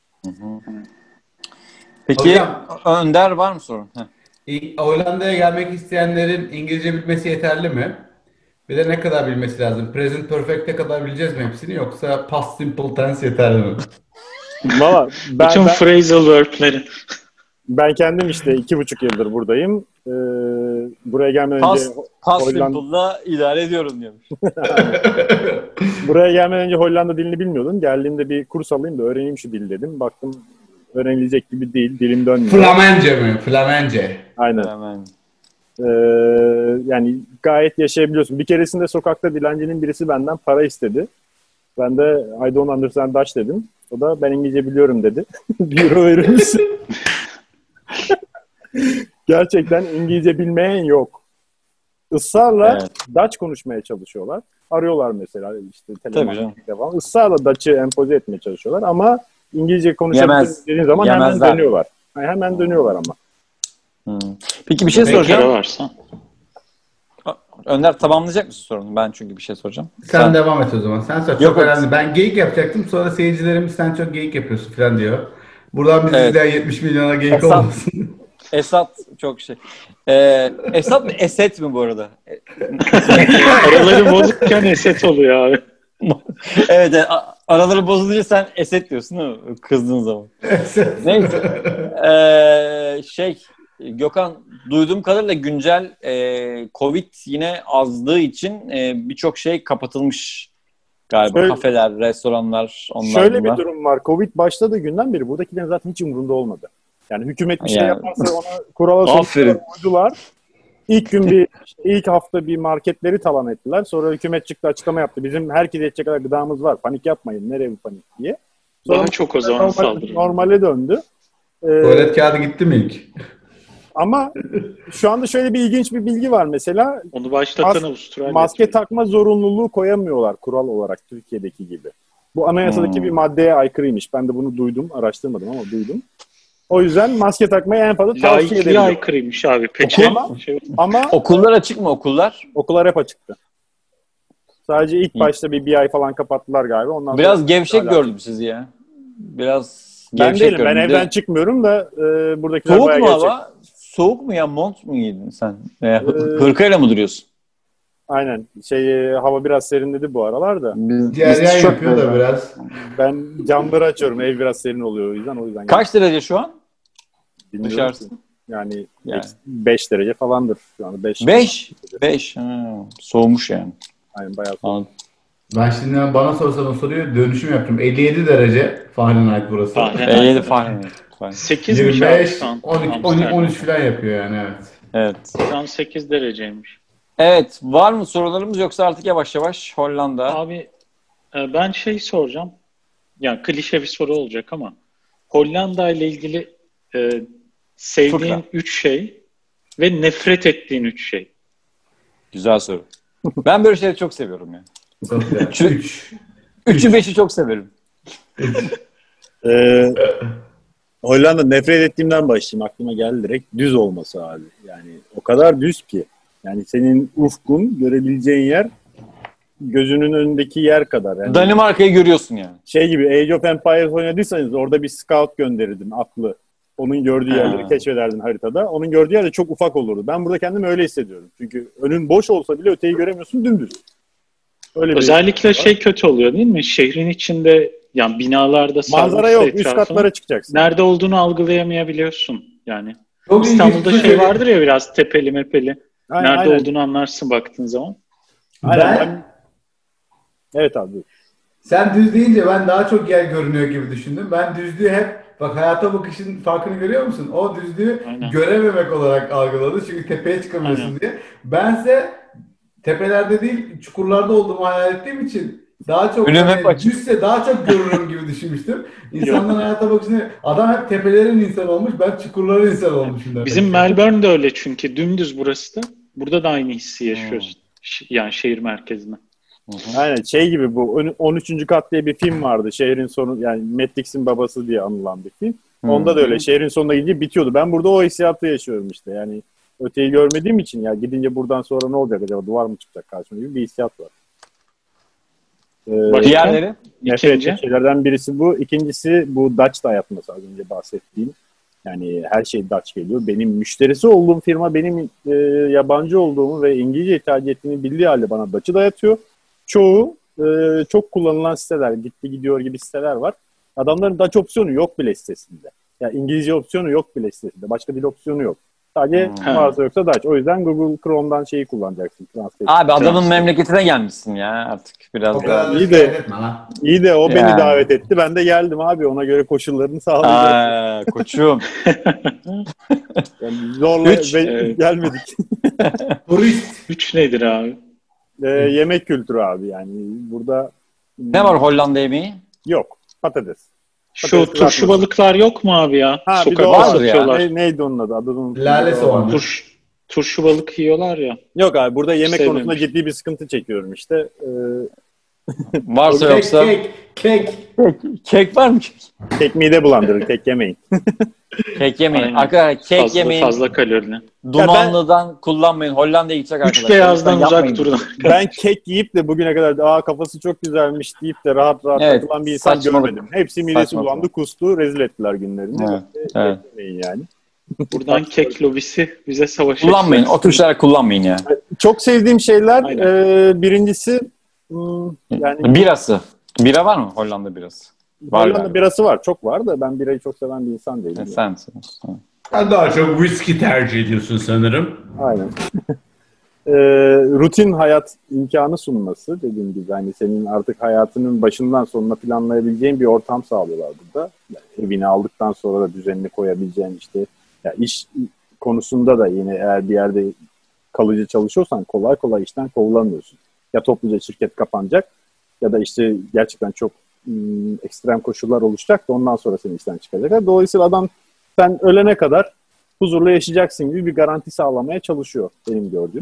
Peki Hocam- Önder var mı sorun? Heh. İ- Hollanda'ya gelmek isteyenlerin İngilizce bilmesi yeterli mi? Bir de ne kadar bilmesi lazım? Present Perfect'e kadar bileceğiz mi hepsini yoksa Past Simple Tense yeterli mi? Valla ben, Bütün ben, phrasal verb'leri. ben kendim işte iki buçuk yıldır buradayım. Ee, buraya gelmeden önce Past, past Hollanda- simple'la idare ediyorum diyormuş. buraya gelmeden önce Hollanda dilini bilmiyordum. Geldiğimde bir kurs alayım da öğreneyim şu dili dedim. Baktım öğrenilecek gibi değil. Dilim dönmüyor. Flamence mi? Flamence. Aynen. Hemen. Ee, yani gayet yaşayabiliyorsun. Bir keresinde sokakta dilencinin birisi benden para istedi. Ben de I don't understand Dutch dedim. O da ben İngilizce biliyorum dedi. Bir euro verir misin? Gerçekten İngilizce bilmeyen yok. Israrla Evet. Dutch konuşmaya çalışıyorlar. Arıyorlar mesela işte Tabii telemarketingde falan. Israrla Dutch'ı empoze etmeye çalışıyorlar ama İngilizce konuşabiliriz Yemez. dediğin zaman Yemezler. hemen dönüyorlar. Yani hemen dönüyorlar ama. Hmm. Peki bir şey Bekara soracağım. varsa. Önder tamamlayacak mısın sorunu? Ben çünkü bir şey soracağım. Sen, devam et o zaman. Sen sor. Çok Yok, önemli. Ben geyik yapacaktım. Sonra seyircilerimiz sen çok geyik yapıyorsun falan diyor. Buradan biz Evet. izleyen yetmiş milyona geyik Esat- olmasın. Esat çok şey. Ee, Esat mı Eset mi bu arada? Araları bozukken eset oluyor abi. Evet, e, a- araları bozulunca sen Eset diyorsun değil mi? Kızdığın zaman. Neyse. Ee, şey Gökhan, duyduğum kadarıyla güncel e, Covid yine azlığı için e, birçok şey kapatılmış galiba. Şöyle- Kafeler, restoranlar, onlar Şöyle bunlar. bir durum var. Covid başladığı günden beri buradakilerin zaten hiç umurunda olmadı. Yani hükümet bir şey Yani. yaparsa ona kurala Aferin. sonuçlar uydular. İlk gün bir, ilk hafta bir marketleri talan ettiler. Sonra hükümet çıktı açıklama yaptı. Bizim herkese yetecek kadar gıdamız var. Panik yapmayın. Nereye bu panik diye. Sonra Daha çok o zaman normal, saldırıyor. normale döndü. Ee, Tuvalet kağıdı gitti mi ilk? ama şu anda şöyle bir ilginç bir bilgi var mesela. Onu başlatan Mas- Avustralya. Maske takma zorunluluğu koyamıyorlar kural olarak Türkiye'deki gibi. Bu anayasadaki Hmm. bir maddeye aykırıymış. Ben de bunu duydum. Araştırmadım ama duydum. O yüzden maske takmayı en fazla tavsiye Laikliğe edebilirim. aykırıymış abi. Peki. Ama- Şey, Ama Okullar açık mı okullar? okullar hep açıktı. Sadece ilk İyi. başta bir, bir ay falan kapattılar galiba. Ondan Biraz sonra gevşek hala- gördüm sizi ya. Biraz Ben gevşek değilim. Ben gördüm. Bir de- evden çıkmıyorum da e, buradakiler Soğuk bayağı mu gerçek. hava? Soğuk mu ya? Mont mu giydin sen? Ee, hı- Ee, hırkayla mı duruyorsun? Aynen. Şey, e, hava biraz serinledi bu aralar da. Biz, Diğer biz yer çok- yapıyor da biraz. Ben camları açıyorum. Ev biraz serin oluyor o yüzden. O yüzden Kaç derece şu an? bilmiyorum Dışarısı? ki. Yani Yani. beş derece falandır şu anda. beş. beş. beş. Soğumuş yani. Aynen bayağı soğuk. Anladım. Ben şimdi bana sorsan o soruyu dönüşüm yaptım. elli yedi derece Fahrenheit burası. Fahrenheit. elli yedi Fahrenheit. Fahrenheit. sekizmiş abi yirmi beş, şu an. on iki, on üç, Amsterdam. on üç falan yapıyor yani evet. Evet. Şu an sekiz dereceymiş. Evet. Var mı sorularımız yoksa artık yavaş yavaş Hollanda. Abi e, ben şey soracağım. Yani klişe bir soru olacak ama Hollanda ile ilgili e, sevdiğin Fıkra. üç şey ve nefret ettiğin üç şey. Güzel soru. Ben böyle şeyleri çok seviyorum ya. Çok güzel. Şu- üç. Üçü beşi çok severim. Ee, Hollanda nefret ettiğimden başlayayım. Aklıma geldi direkt. Düz olması abi. Yani o kadar düz ki. Yani senin ufkun, görebileceğin yer gözünün önündeki yer kadar. Yani Danimarka'yı görüyorsun yani. şey gibi Age of Empires oynadıysanız orada bir scout gönderirdim atlı. Onun gördüğü yerleri keşfederdin haritada. Onun gördüğü yer de çok ufak olurdu. Ben burada kendimi öyle hissediyorum. Çünkü önün boş olsa bile öteyi göremiyorsun, dümdüz. Öyle Özellikle şey var. Kötü oluyor değil mi? Şehrin içinde yani binalarda manzara yok. Üst katlara çıkacaksın. Nerede olduğunu algılayamayabiliyorsun yani. Çok İstanbul'da şey söyleyeyim. Vardır ya biraz tepeli mepeli. Aynen, nerede aynen. olduğunu anlarsın baktığın zaman. Aynen. Ben... Evet abi. Sen düz deyince ben daha çok yer görünüyor gibi düşündüm. Ben düzlüğü hep, bak hayata bakışın farkını görüyor musun? O düzlüğü aynen. Görememek olarak algıladı. Çünkü tepeye çıkamıyorsun aynen. Diye. Bense tepelerde değil çukurlarda olduğumu hayal ettiğim için daha çok hani, düzse daha çok görürüm gibi düşünmüştüm. İnsanların hayata bakışını, adam hep tepelerin insanı olmuş, ben çukurların insanı olmuşum. Bizim demek. Melbourne de öyle çünkü dümdüz burası da. Burada da aynı hissi yaşıyorsun. Hmm. Yani şehir merkezinde. Aynen şey gibi bu on üçüncü kat diye bir film vardı. Şehrin sonu yani Matrix'in babası diye anılan bir film. Hmm. Onda da öyle şehrin sonuna gidince bitiyordu. Ben burada o hissiyatı yaşıyorum işte. Yani öteyi görmediğim için ya gidince buradan sonra ne olacak acaba, duvar mı çıkacak karşıma gibi bir hissiyat var. Ee, Diğerleri? Nefret ettiğim şeylerden birisi bu. İkincisi bu Dutch dayatması, az önce bahsettiğim. Yani her şey Dutch geliyor. Benim müşterisi olduğum firma benim e, yabancı olduğumu ve İngilizce tercih ettiğimi bildiği halde bana Dutch'ı dayatıyor. Çoğu e, çok kullanılan siteler, gitti gidiyor gibi siteler var. Adamların Dutch opsiyonu yok bile sitesinde. Yani İngilizce opsiyonu yok bile sitesinde. Başka dil opsiyonu yok. Sadece hmm. varsa yoksa Dutch. O yüzden Google Chrome'dan şeyi kullanacaksın. Abi adamın Translate. Memleketine gelmişsin ya artık biraz daha. İyi de, iyi de o beni yani. Davet etti. Ben de geldim abi. Ona göre koşullarını sağlayacağım. Koçum. Yani zorla Üç, be- evet. gelmedik. Turist. Üç nedir abi? Ee, yemek kültürü abi yani. Burada... Ne var Hollanda yemeği? Yok. Patates. Şu turşu balıklar yok mu abi ya? Ha, bir de vardır ya. Ne, neydi onun adı? Adını Lale soğanı. Turş, turşu balık yiyorlar ya. Yok abi burada yemek Sevmemiş. konusunda ciddi bir sıkıntı çekiyorum işte. Ee... Varsa kek, yoksa. Kek, kek. Kek, kek var mı? Kek mide bulandırır. Kek yemeyin. Kek yemeyin. Arkadaşlar kek fazla, yemeyin. Fazla kalorili. Dumanlıdan ben, kullanmayın. Hollanda'ya gidecek arkadaşlar. Üç beyazdan uzak durun. Ben kek yiyip de bugüne kadar aa kafası çok güzelmiş deyip de rahat rahat evet, takılan bir insan saçmalık. Görmedim. Hepsi midesi bulandı, kustu, rezil ettiler günlerini. Evet, evet. Yemeyin yani. Buradan kek lobisi bize savaş kullanmayın. O tür şeyler kullanmayın ya. Çok sevdiğim şeyler e, birincisi yani birası. Bira var mı? Hollanda birası. Var Hollanda galiba. Birası var. Çok var da ben birayı çok seven bir insan değilim. E, yani. Sensin. Sen daha çok whisky tercih ediyorsun sanırım. Aynen. e, rutin hayat imkanı sunması dediğim gibi hani senin artık hayatının başından sonuna planlayabileceğin bir ortam sağlıyorlar burada. Yani evini aldıktan sonra da düzenini koyabileceğin işte ya iş konusunda da yine eğer bir yerde kalıcı çalışıyorsan kolay kolay işten kovulamıyorsun. Ya topluca şirket kapanacak ya da işte gerçekten çok ım, ekstrem koşullar oluşacak da ondan sonra seni işten çıkacaklar. Dolayısıyla adam sen ölene kadar huzurlu yaşayacaksın gibi bir garanti sağlamaya çalışıyor benim gördüğüm.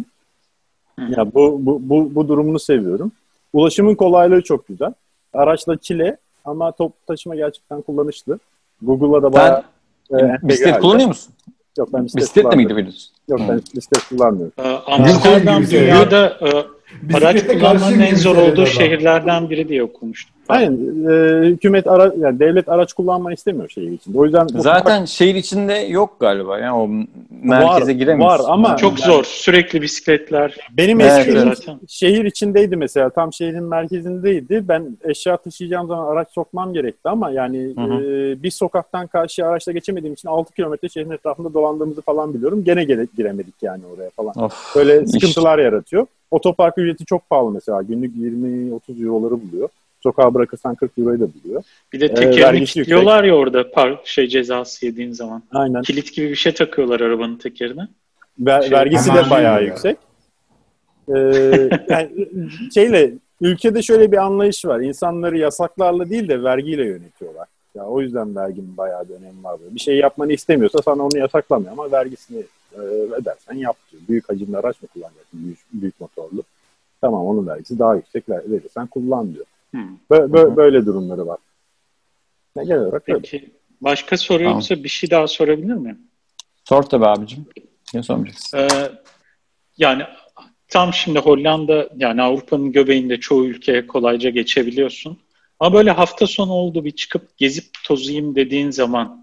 Ya bu, bu, bu, bu durumunu seviyorum. Ulaşımın kolaylığı çok güzel. Araçla çile ama toplu taşıma gerçekten kullanışlı. Google'la da bayağı e, bisiklet kullanıyor musun? Yok ben bisiklet Bisikletle mi gidiyorsun? Yok ben bisiklet kullanmıyorum. Ee, Amsterdam dünyada e, araç kullanmanın en zor olduğu şehirlerden biri diye okumuştum. Aynen. E, hükümet ara, yani devlet araç kullanmayı istemiyor şehir içinde. O yüzden zaten ufak... şehir içinde yok galiba. Yani o merkeze giremiyorsun. Var ama çok yani... zor. Sürekli bisikletler. Benim eski evet, şehir içindeydi mesela. Tam şehrin merkezindeydi. Ben eşya taşıyacağım zaman araç sokmam gerekti ama yani e, bir sokaktan karşıya araçla geçemediğim için altı kilometre şehrin etrafında dolandığımızı falan biliyorum. Gene gere- giremedik yani oraya falan. Of, böyle sıkıntılar iş. yaratıyor. Otopark ücreti çok pahalı mesela. Günlük yirmi otuz euroları buluyor. Sokağa bırakırsan kırk euroyu da buluyor. Bir de tekerini ee, kilitliyorlar ya orada park şey cezası yediğin zaman. Aynen. Kilit gibi bir şey takıyorlar arabanın tekerine. Ver, şey, vergisi de bayağı ya. yüksek. Ee, yani şeyle ülkede şöyle bir anlayış var. İnsanları yasaklarla değil de vergiyle yönetiyorlar. Ya o yüzden verginin bayağı bir önemi var. Bir şey yapmanı istemiyorsa sana onu yasaklamıyor ama vergisini e, ödersen yap diyor. Büyük hacimli araç mı kullanacaksın? Büyük, büyük motorlu. Tamam onun vergisi daha yüksek verirsen kullan diyor. Hmm. Bö- bö- böyle durumları var. Ne genel olarak Peki öyle. Başka soru tamam. yoksa bir şey daha sorabilir miyim? Sor tabii abicim. Ne soracaksın? Ee, yani tam şimdi Hollanda yani Avrupa'nın göbeğinde çoğu ülkeye kolayca geçebiliyorsun. Ama böyle hafta sonu oldu bir çıkıp gezip tozayım dediğin zaman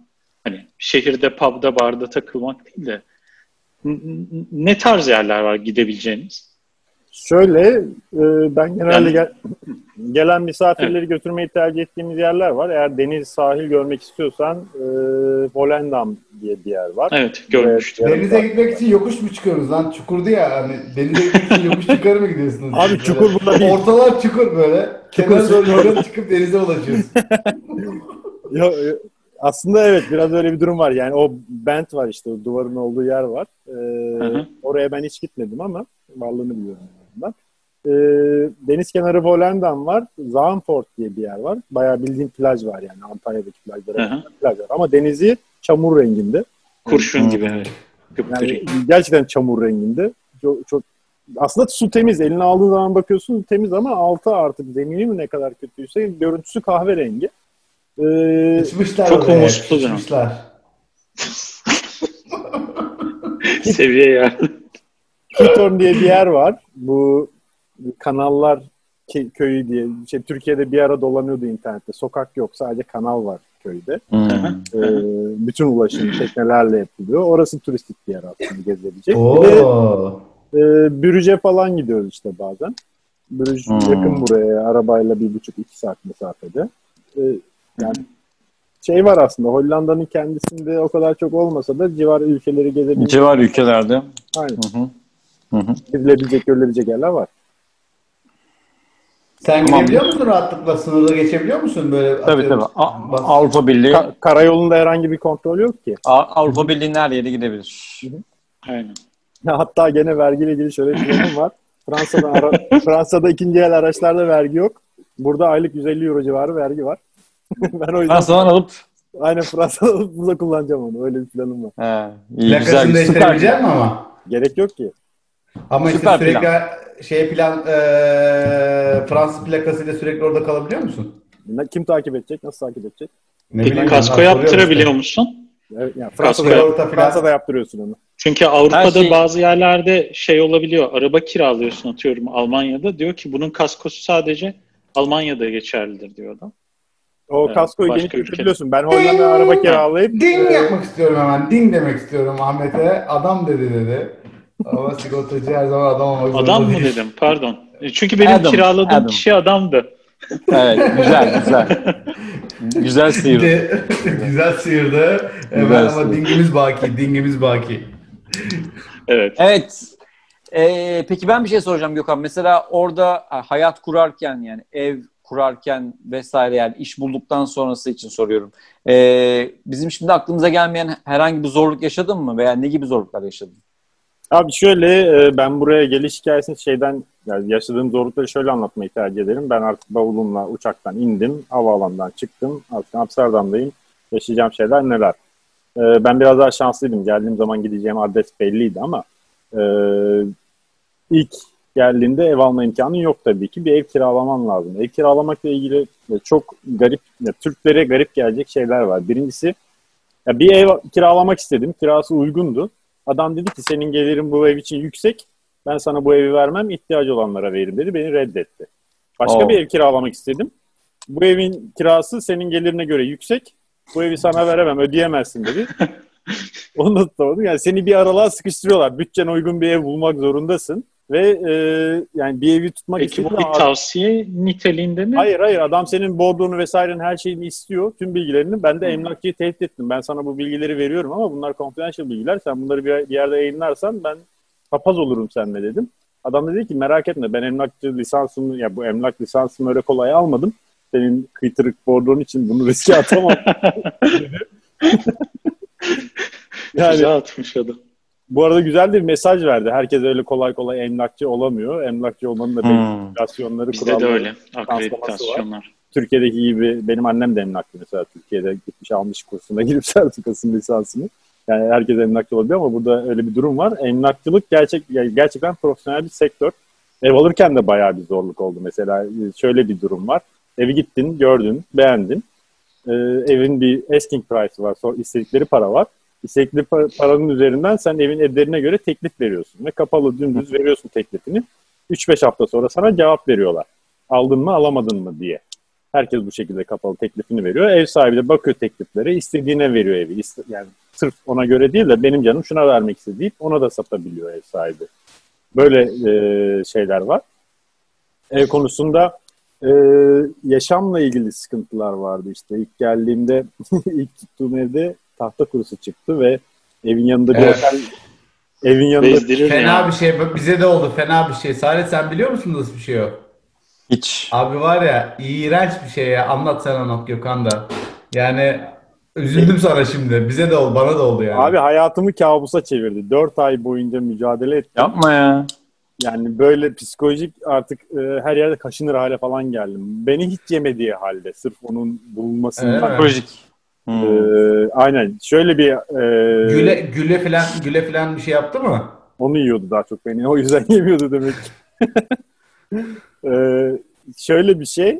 Hani şehirde pub'da barda takılmak değil de n- n- ne tarz yerler var gidebileceğiniz? Şöyle, e, ben genelde Yani- gel- gelen misafirleri Evet. götürmeyi tercih ettiğimiz yerler var. Eğer deniz, sahil görmek istiyorsan e, Volendam diye bir yer var. Evet, görmüştüm. Evet, Denize gitmek için yokuş mu çıkıyoruz lan? Çukurdu ya hani. Denize gitmek için yokuş yukarı mı gidiyorsunuz? Abi Böyle çukur burada değil. Ortalar çukur böyle. Çukur Kenara doğru söylüyorum. yukarı çıkıp denize ulaşıyoruz. Yo, yo, aslında evet, biraz öyle bir durum var. Yani o bent var işte, o duvarın olduğu yer var. Ee, Hı hı. oraya ben hiç gitmedim ama varlığını biliyorum ondan. Ee, deniz kenarı Volendam var. Zaanfort diye bir yer var. Bayağı bildiğin plaj var yani. Antalya'daki plajlara Hı hı. plaj var. Ama denizi çamur renginde. Kurşun gibi, evet. Gıpgırı. Yani gerçekten çamur renginde. Çok, çok aslında su temiz. Eline aldığın zaman bakıyorsun temiz ama altı artık zemini mi ne kadar kötüyse görüntüsü kahverengi. Ee, Sıçmışlar Çok oraya. umutlu canım. Sıçmışlar. Seviye ya. Kitorn diye bir yer var. Bu kanallar Ke- köyü diye. Şey, Türkiye'de bir ara dolanıyordu internette. Sokak yok. Sadece kanal var köyde. Hmm. Ee, bütün ulaşım teknelerle yapılıyor. Orası turistik bir yer aslında gezilebilecek. Bir de Oo. e, Brüj'e falan gidiyoruz işte bazen. Brüj Hmm. yakın buraya. Arabayla bir buçuk iki saat mesafede. Ee, yani şey var aslında. Hollanda'nın kendisinde o kadar çok olmasa da civar ülkeleri gezebilecek. Civar ülkelerde. Aynen. Hı hı. Hı hı. Gidilebilecek, görülebilecek yerler var. Sen Tamam. gidebiliyor musun rahatlıkla? Sınırda geçebiliyor musun? Böyle Tabii atıyorum, tabii. A- bas- Avrupa Birliği Ka- karayolunda herhangi bir kontrol yok ki. A- Avrupa Birliği'nin her yere gidebilir. Aynen. Hatta gene vergiyle ilgili şöyle bir planım var. Fransa'da ara- Fransa'da ikinci el araçlarda vergi yok. Burada aylık yüz elli euro civarı vergi var. Ben o yüzden Fransa'dan alıp aynen Fransa'da alıp burada kullanacağım onu. Öyle bir planım var. he, iyi, plakasını güzel, süper. değiştirebilecek misin ama? Gerek yok ki. Ama işte Süper sürekli plan. şey plan eee Fransız plakasıyla sürekli orada kalabiliyor musun? Ne- Kim takip edecek? Nasıl takip edecek? Ne Peki bileyim, kasko ben soruyorum yaptırabiliyor işte. musun? Evet, yani Fransa'da, Kasko orta falan. Fransa'da yaptırıyorsun onu. Çünkü Avrupa'da Her şey- bazı yerlerde şey olabiliyor. Araba kiralıyorsun atıyorum Almanya'da. Diyor ki bunun kaskosu sadece Almanya'da geçerlidir diyor adam. O Evet, kaskoyu başka gelip ülkede. götürebiliyorsun. Ben Hollanda'ya araba kiralayıp Ding e, yapmak istiyorum hemen. Ding demek istiyorum Ahmet'e. Adam dedi dedi. Ama sigortacı her zaman adam olmak zorunda Adam mı değil. dedim pardon. E, Çünkü benim Adam, kiraladığım Adam. kişi adamdı. Evet, güzel güzel. Güzel sıyırdı. De- Güzel sıyırdı. Evet, Güzel ama sıyırdı. dingimiz baki. Dingimiz baki. Evet. Evet. Ee, peki ben bir şey soracağım Gökhan. Mesela orada ha, hayat kurarken yani ev kurarken vesaire yani iş bulduktan sonrası için soruyorum. Ee, bizim şimdi aklımıza gelmeyen herhangi bir zorluk yaşadın mı? Veya ne gibi zorluklar yaşadın? Abi şöyle e, ben buraya geliş hikayesini şeyden yani yaşadığım zorlukları şöyle anlatmayı tercih ederim. Ben artık bavulumla uçaktan indim. Havaalanından çıktım. Artık Amsterdam'dayım. Yaşayacağım şeyler neler? E, ben biraz daha şanslıydım. Geldiğim zaman gideceğim adres belliydi ama e, ilk geldiğinde ev alma imkanın yok tabii ki. Bir ev kiralaman lazım. Ev kiralamakla ilgili çok garip, ya, Türklere garip gelecek şeyler var. Birincisi ya bir ev kiralamak istedim. Kirası uygundu. Adam dedi ki senin gelirin bu ev için yüksek. Ben sana bu evi vermem, ihtiyacı olanlara veririm dedi. Beni reddetti. Başka Oo. bir ev kiralamak istedim. Bu evin kirası senin gelirine göre yüksek. Bu evi sana veremem, ödeyemezsin dedi. Onu da tutamadım. Yani seni bir aralığa sıkıştırıyorlar. Bütçene uygun bir ev bulmak zorundasın. Ve e, yani bir evi tutmak Peki istediğin bu bir zaman- tavsiye niteliğinde mi? Hayır hayır adam senin bordronu vesairenin her şeyini istiyor. Tüm bilgilerini. Ben de emlakçıyı tehdit ettim. Ben sana bu bilgileri veriyorum ama bunlar confidential bilgiler. Sen bunları bir, bir yerde yayınlarsan ben papaz olurum seninle dedim. Adam dedi ki merak etme ben emlakçı lisansımı ya bu emlak lisansımı öyle kolay almadım. Senin kıytırık bordron için bunu riske atamam. yani Güzel atmış adam. bu arada güzel bir mesaj verdi. Herkes öyle kolay kolay emlakçı olamıyor. Emlakçı olmanın da Hmm. belirli Bizde de kuralları. öyle. Akreditasyonlar. Türkiye'deki gibi benim annem de emlakçı mesela. Türkiye'de gitmiş almış kursuna girip sertifikasını, lisansını. Yani herkes emlakçı olabiliyor ama burada öyle bir durum var. Emlakçılık gerçek yani gerçekten profesyonel bir sektör. Ev alırken de bayağı bir zorluk oldu. Mesela şöyle bir durum var. Evi gittin, gördün, beğendin. Ee, evin bir asking price'ı var. Sonra istedikleri para var. İstedikleri par- paranın üzerinden sen evin ederine göre teklif veriyorsun. Ve kapalı dümdüz veriyorsun teklifini. üç beş hafta sonra sana cevap veriyorlar. Aldın mı, alamadın mı diye. Herkes bu şekilde kapalı teklifini veriyor. Ev sahibi de bakıyor tekliflere, istediğine veriyor evi. Yani sırf ona göre değil de benim canım şuna vermek istedi deyip ona da satabiliyor ev sahibi. Böyle e, şeyler var. Ev konusunda e, yaşamla ilgili sıkıntılar vardı işte. İlk geldiğimde, ilk tuttuğum evde tahta kurusu çıktı ve evin yanında bir Evet. otel, evin yanında Bezdirir Fena yani. bir şey. Bak bize de oldu. Fena bir şey. Salih sen biliyor musun nasıl bir şey o? Hiç. Abi var ya iğrenç bir şey ya. Anlat sen anlat Gökhan da. Yani üzüldüm sana şimdi. Bize de oldu. Bana da oldu yani. abi hayatımı kabusa çevirdi. Dört ay boyunca mücadele ettim. Yapma ya. Yani böyle psikolojik artık e, her yerde kaşınır hale falan geldim. Beni hiç yemediği halde sırf onun bulunmasından. Evet. Projik. E, Hmm. aynen. Şöyle bir e, Güle güle falan güle falan bir şey yaptı mı? onu yiyordu daha çok beni. O yüzden yemiyordu demek ki. e, şöyle bir şey.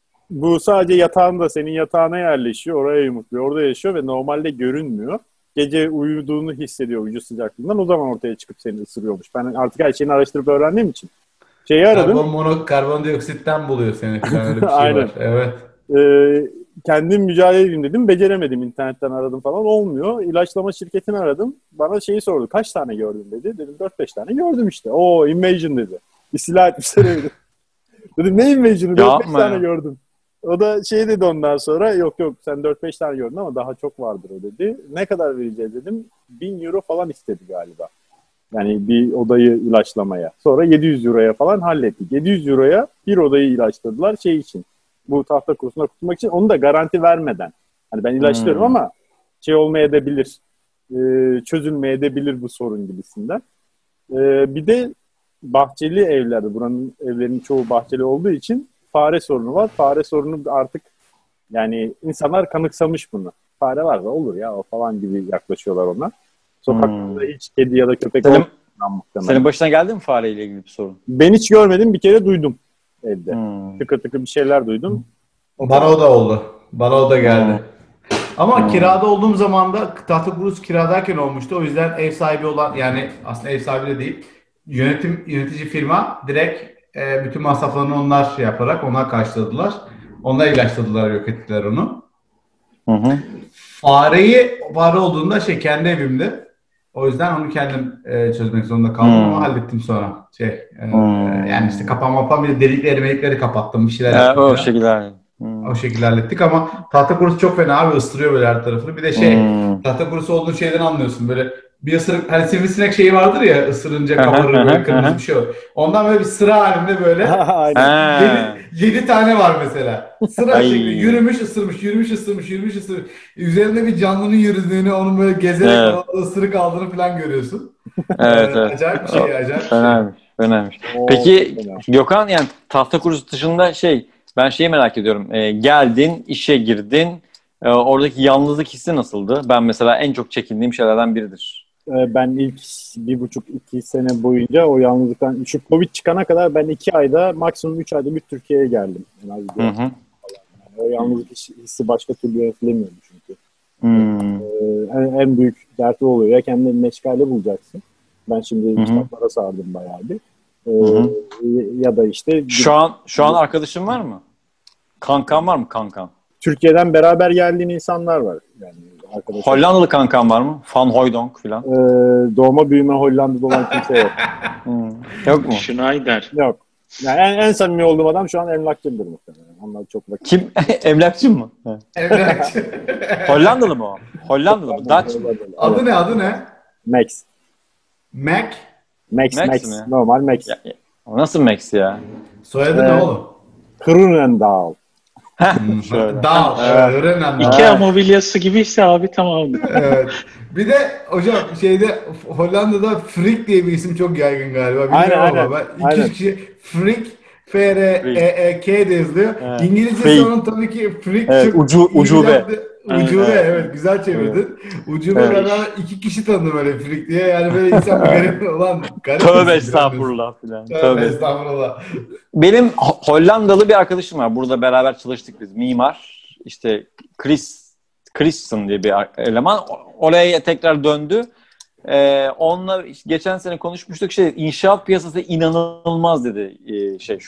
Bu sadece yatağında senin yatağına yerleşiyor. Oraya yumurtluyor. Orada yaşıyor ve normalde görünmüyor. Gece uyuduğunu hissediyor ucu sıcaklığından. O zaman ortaya çıkıp seni ısırıyormuş. Ben artık her şeyini araştırıp öğrendiğim için. Şeyi aradım. Karbon mono karbondioksitten buluyor seni falan öyle bir şey Aynen. var. Evet. Ee, kendim mücadele edeyim dedim. Beceremedim. İnternetten aradım falan. Olmuyor. İlaçlama şirketini aradım. Bana şeyi sordu. Kaç tane gördün dedi. Dedim dört beş tane gördüm işte. Oo Invasion dedi. İstila etmişler evde. Dedim ne Invasion'ı? dört beş Yapma tane ya. gördüm. O da şey dedi ondan sonra. Yok yok sen dört beş tane gördün ama daha çok vardır o dedi. Ne kadar vereceğiz dedim. bin euro falan istedi galiba. Yani bir odayı ilaçlamaya. Sonra yedi yüz euroya falan hallettik. yedi yüz euroya bir odayı ilaçladılar şey için. Bu tahta kurusuna kurtulmak için. Onu da garanti vermeden. Hani ben ilaçlıyorum Hmm. ama şey olmayabilir. E, çözülmeyebilir bu sorun gibisinden. E, bir de bahçeli evlerde. Buranın evlerinin çoğu bahçeli olduğu için fare sorunu var. Fare sorunu artık yani insanlar kanıksamış bunu. Fare varsa olur ya o falan gibi yaklaşıyorlar ona. Sokaklarda Hmm. hiç kedi ya da köpek Senin, olmadan muhtemelen. senin başına geldi mi fareyle ilgili bir sorun? Ben hiç görmedim. Bir kere duydum evde. Hmm. Tıkı tıkı bir şeyler duydum. Bana o da oldu. Bana o da geldi. Hmm. Ama Hmm. kirada olduğum zaman da tahta kurus kiradayken olmuştu. O yüzden ev sahibi olan yani aslında ev sahibi de değil. Yönetim yönetici firma direkt e, bütün masraflarını onlar şey yaparak onlar karşıladılar. Onlar ilaçladılar, yok ettiler onu. Hı hı. Fareyi fare olduğunda şey kendi evimde. O yüzden onu kendim e, çözmek zorunda kaldım Hmm. ama hallettim sonra. Şey e, Hmm. yani işte kapanma falan bir de delikleri melikleri kapattım, bir şeyler Ya, yaptım. o falan. şekilde. Hmm. O şekilde hallettik ama tahta kurusu çok fena abi, ısırıyor böyle her tarafını. Bir de şey Hmm. tahta kurusu olduğu şeyden anlıyorsun böyle bir ısırık, hani sivrisinek şeyi vardır ya, ısırınca Aha, kabarır aha, böyle kırmızı aha. bir şey olur. Ondan böyle bir sıra halinde böyle Aynen. Ha. yedi, yedi tane var mesela. Sıra Ay. şeklinde yürümüş ısırmış, yürümüş ısırmış, yürümüş ısırmış. Üzerinde bir canlının yürüdüğünü, onun böyle gezerek Evet. o ısırık aldığını falan görüyorsun. Evet, Ee, evet. Acayip bir şey, acayip bir şey. Fenaymış, fenaymış. Oo, Peki fena. Gökhan, yani tahta kurusu dışında şey, ben şeyi merak ediyorum. Ee, geldin, işe girdin. Ee, oradaki yalnızlık hissi nasıldı? Ben mesela en çok çekindiğim şeylerden biridir. Ee, Ben ilk bir buçuk iki sene boyunca o yalnızlıktan şu Covid çıkana kadar ben iki ayda maksimum üç ayda bir Türkiye'ye geldim. En az bir. Hı hı. Yani o yalnızlık hissi başka türlü yönetilemiyordu çünkü. Hmm. Ee, en, en büyük dertli oluyor. Ya kendini meşgale bulacaksın. Ben şimdi Hı hı. kitaplara sardım bayağı bir. Ee, Hı hı. Ya da işte Şu an şu an arkadaşın var mı? Kankan var mı kankan? Türkiye'den beraber geldiğin insanlar var. Yani arkadaşlar. Hollandalı kankan var mı? Van Hooijdonk falan. Ee, doğma büyüme Hollanda'da olan kimse yok. Hmm. Yok mu? Schneider. Yok. Yani en, en samimi olduğum adam şu an emlakçıdır muhtemelen. Onlar çok vakit. Kim? Emlakçı mı? Evet. Evet. Hollandalı mı o? Hollandalı mı? Dutch mı? Adı ne, adı ne? Max. Mac. Max, Max Max. mi? Normal Max. Ya, ya. O nasıl Max ya? Soyadı Ee, ne oğlum? Krunendal. Hmm, Şöyle. Dağ. Evet, öğrenen Dağ. Ikea mobilyası gibiyse abi tamam. Evet. Bir de hocam şeyde Hollanda'da Frick diye bir isim çok yaygın galiba. Bilmiyorum Aynen, ama aynen. ben iki Aynen. yüz kişi Frick F R E E K de yazılıyor. Evet. İngilizcesi Frick. onun tabii ki Frick Evet, çok ucu- iyi ucube. yaptı. Ucube Evet. evet, güzel çevirdin. Ucube Evet. ben ben iki kişi tanıdım öyle Frick diye. Yani böyle insan bir garip olan garip bir Tövbe isim, estağfurullah filan. Tövbe Tövbe. estağfurullah. Benim Ho- Hollandalı bir arkadaşım var. Burada beraber çalıştık biz. Mimar. İşte Chris Christen diye bir ar- eleman. O- Oraya tekrar döndü. Ee, onunla işte geçen sene konuşmuştuk. Şey, inşaat piyasası inanılmaz dedi e, şey şu an.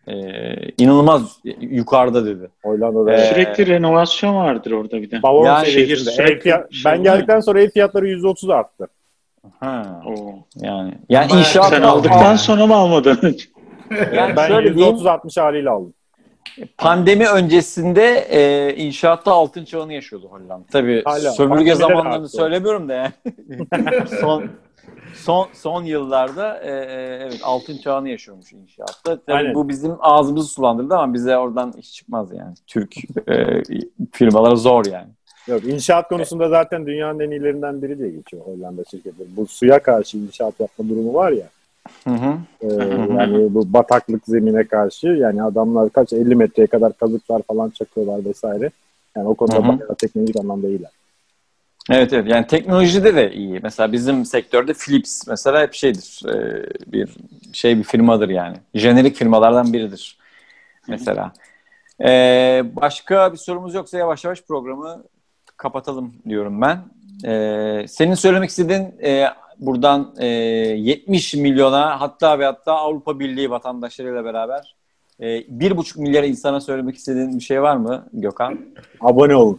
E, inanılmaz yukarıda dedi. Hollanda'da. Ee, Sürekli renovasyon vardır orada bir de. Bavon yani seviyesinde. şehir Ev fiyat- sürekli ben şey geldikten sonra ev fiyatları yüzde otuz arttı. Ha, Oo. yani yani Ama inşaat Sen Al- aldıktan sonra mı almadın önce? yani Ben şöyle yüzde diyeyim, otuz altmış haliyle aldım. pandemi öncesinde e, inşaatta altın çağını yaşıyordu Hollanda. Tabii Hala, sömürge pandemide de zamanlarını arttı. söylemiyorum da yani. son son son yıllarda e, e, evet altın çağını yaşıyormuş inşaatta. Tabii Aynen. bu bizim ağzımızı sulandırdı ama bize oradan iş çıkmaz yani. Türk e, firmaları zor yani. Yok, inşaat konusunda zaten dünyanın en iyilerinden biri diye geçiyor Hollanda şirketleri. Bu suya karşı inşaat yapma durumu var ya. Hı hı. e, yani bu bataklık zemine karşı, yani adamlar kaç elli metreye kadar kazıklar falan çakıyorlar vesaire. Yani o konuda Hı hı. bayağı teknolojik anlamda iyiler. Evet evet yani teknolojide de iyi. Mesela bizim sektörde Philips mesela hep şeydir. e, bir şey bir firmadır yani. Jenerik firmalardan biridir mesela. E, başka bir sorumuz yoksa yavaş yavaş programı kapatalım diyorum ben. E, senin söylemek istediğin e, buradan e, yetmiş milyona hatta ve hatta Avrupa Birliği vatandaşlarıyla beraber e, bir buçuk milyar insana söylemek istediğin bir şey var mı Gökhan? Abone olun.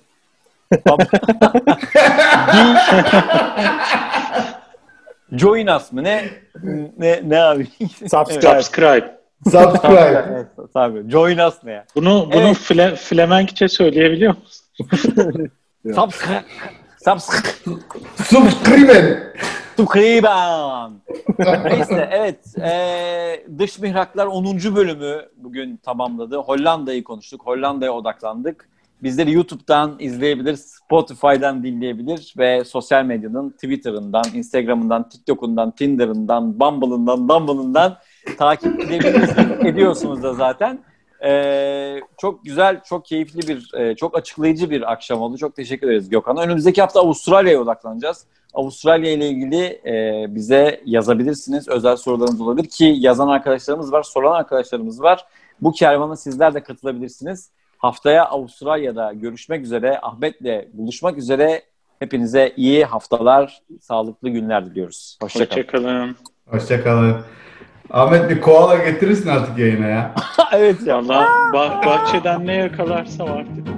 Join us mı? Ne? Ne, ne abi? Subscribe. Subscribe. Subscribe. Evet, tabii. Join us ne ya? Bunu bunu Evet. Fle Flemenkçe söyleyebiliyor musun? Subscribe. Subscribe. Subscribe. Subscribe. Neyse evet. Ee, Dış Mihraklar onuncu bölümü bugün tamamladı. Hollanda'yı konuştuk. Hollanda'ya odaklandık. Bizleri YouTube'dan izleyebilir, Spotify'dan dinleyebilir ve sosyal medyanın Twitter'ından, Instagram'ından, TikTok'undan, Tinder'ından, Bumble'ından, Dumble'ından takip edebilirsiniz. Ediyorsunuz da zaten. Ee, çok güzel, çok keyifli bir, e, çok açıklayıcı bir akşam oldu. Çok teşekkür ederiz Gökhan'a. Önümüzdeki hafta Avustralya'ya odaklanacağız. Avustralya ile ilgili e, bize yazabilirsiniz. Özel sorularınız olabilir ki yazan arkadaşlarımız var, soran arkadaşlarımız var. Bu kervana sizler de katılabilirsiniz. Haftaya Avustralya'da görüşmek üzere. Ahmet'le buluşmak üzere. Hepinize iyi haftalar, sağlıklı günler diliyoruz. Hoşçakalın. Hoşçakalın. Hoşçakalın. Ahmet bir koala getirirsin artık yayına ya. Evet ya. Valla bah bahçeden ne yakalarsam artık.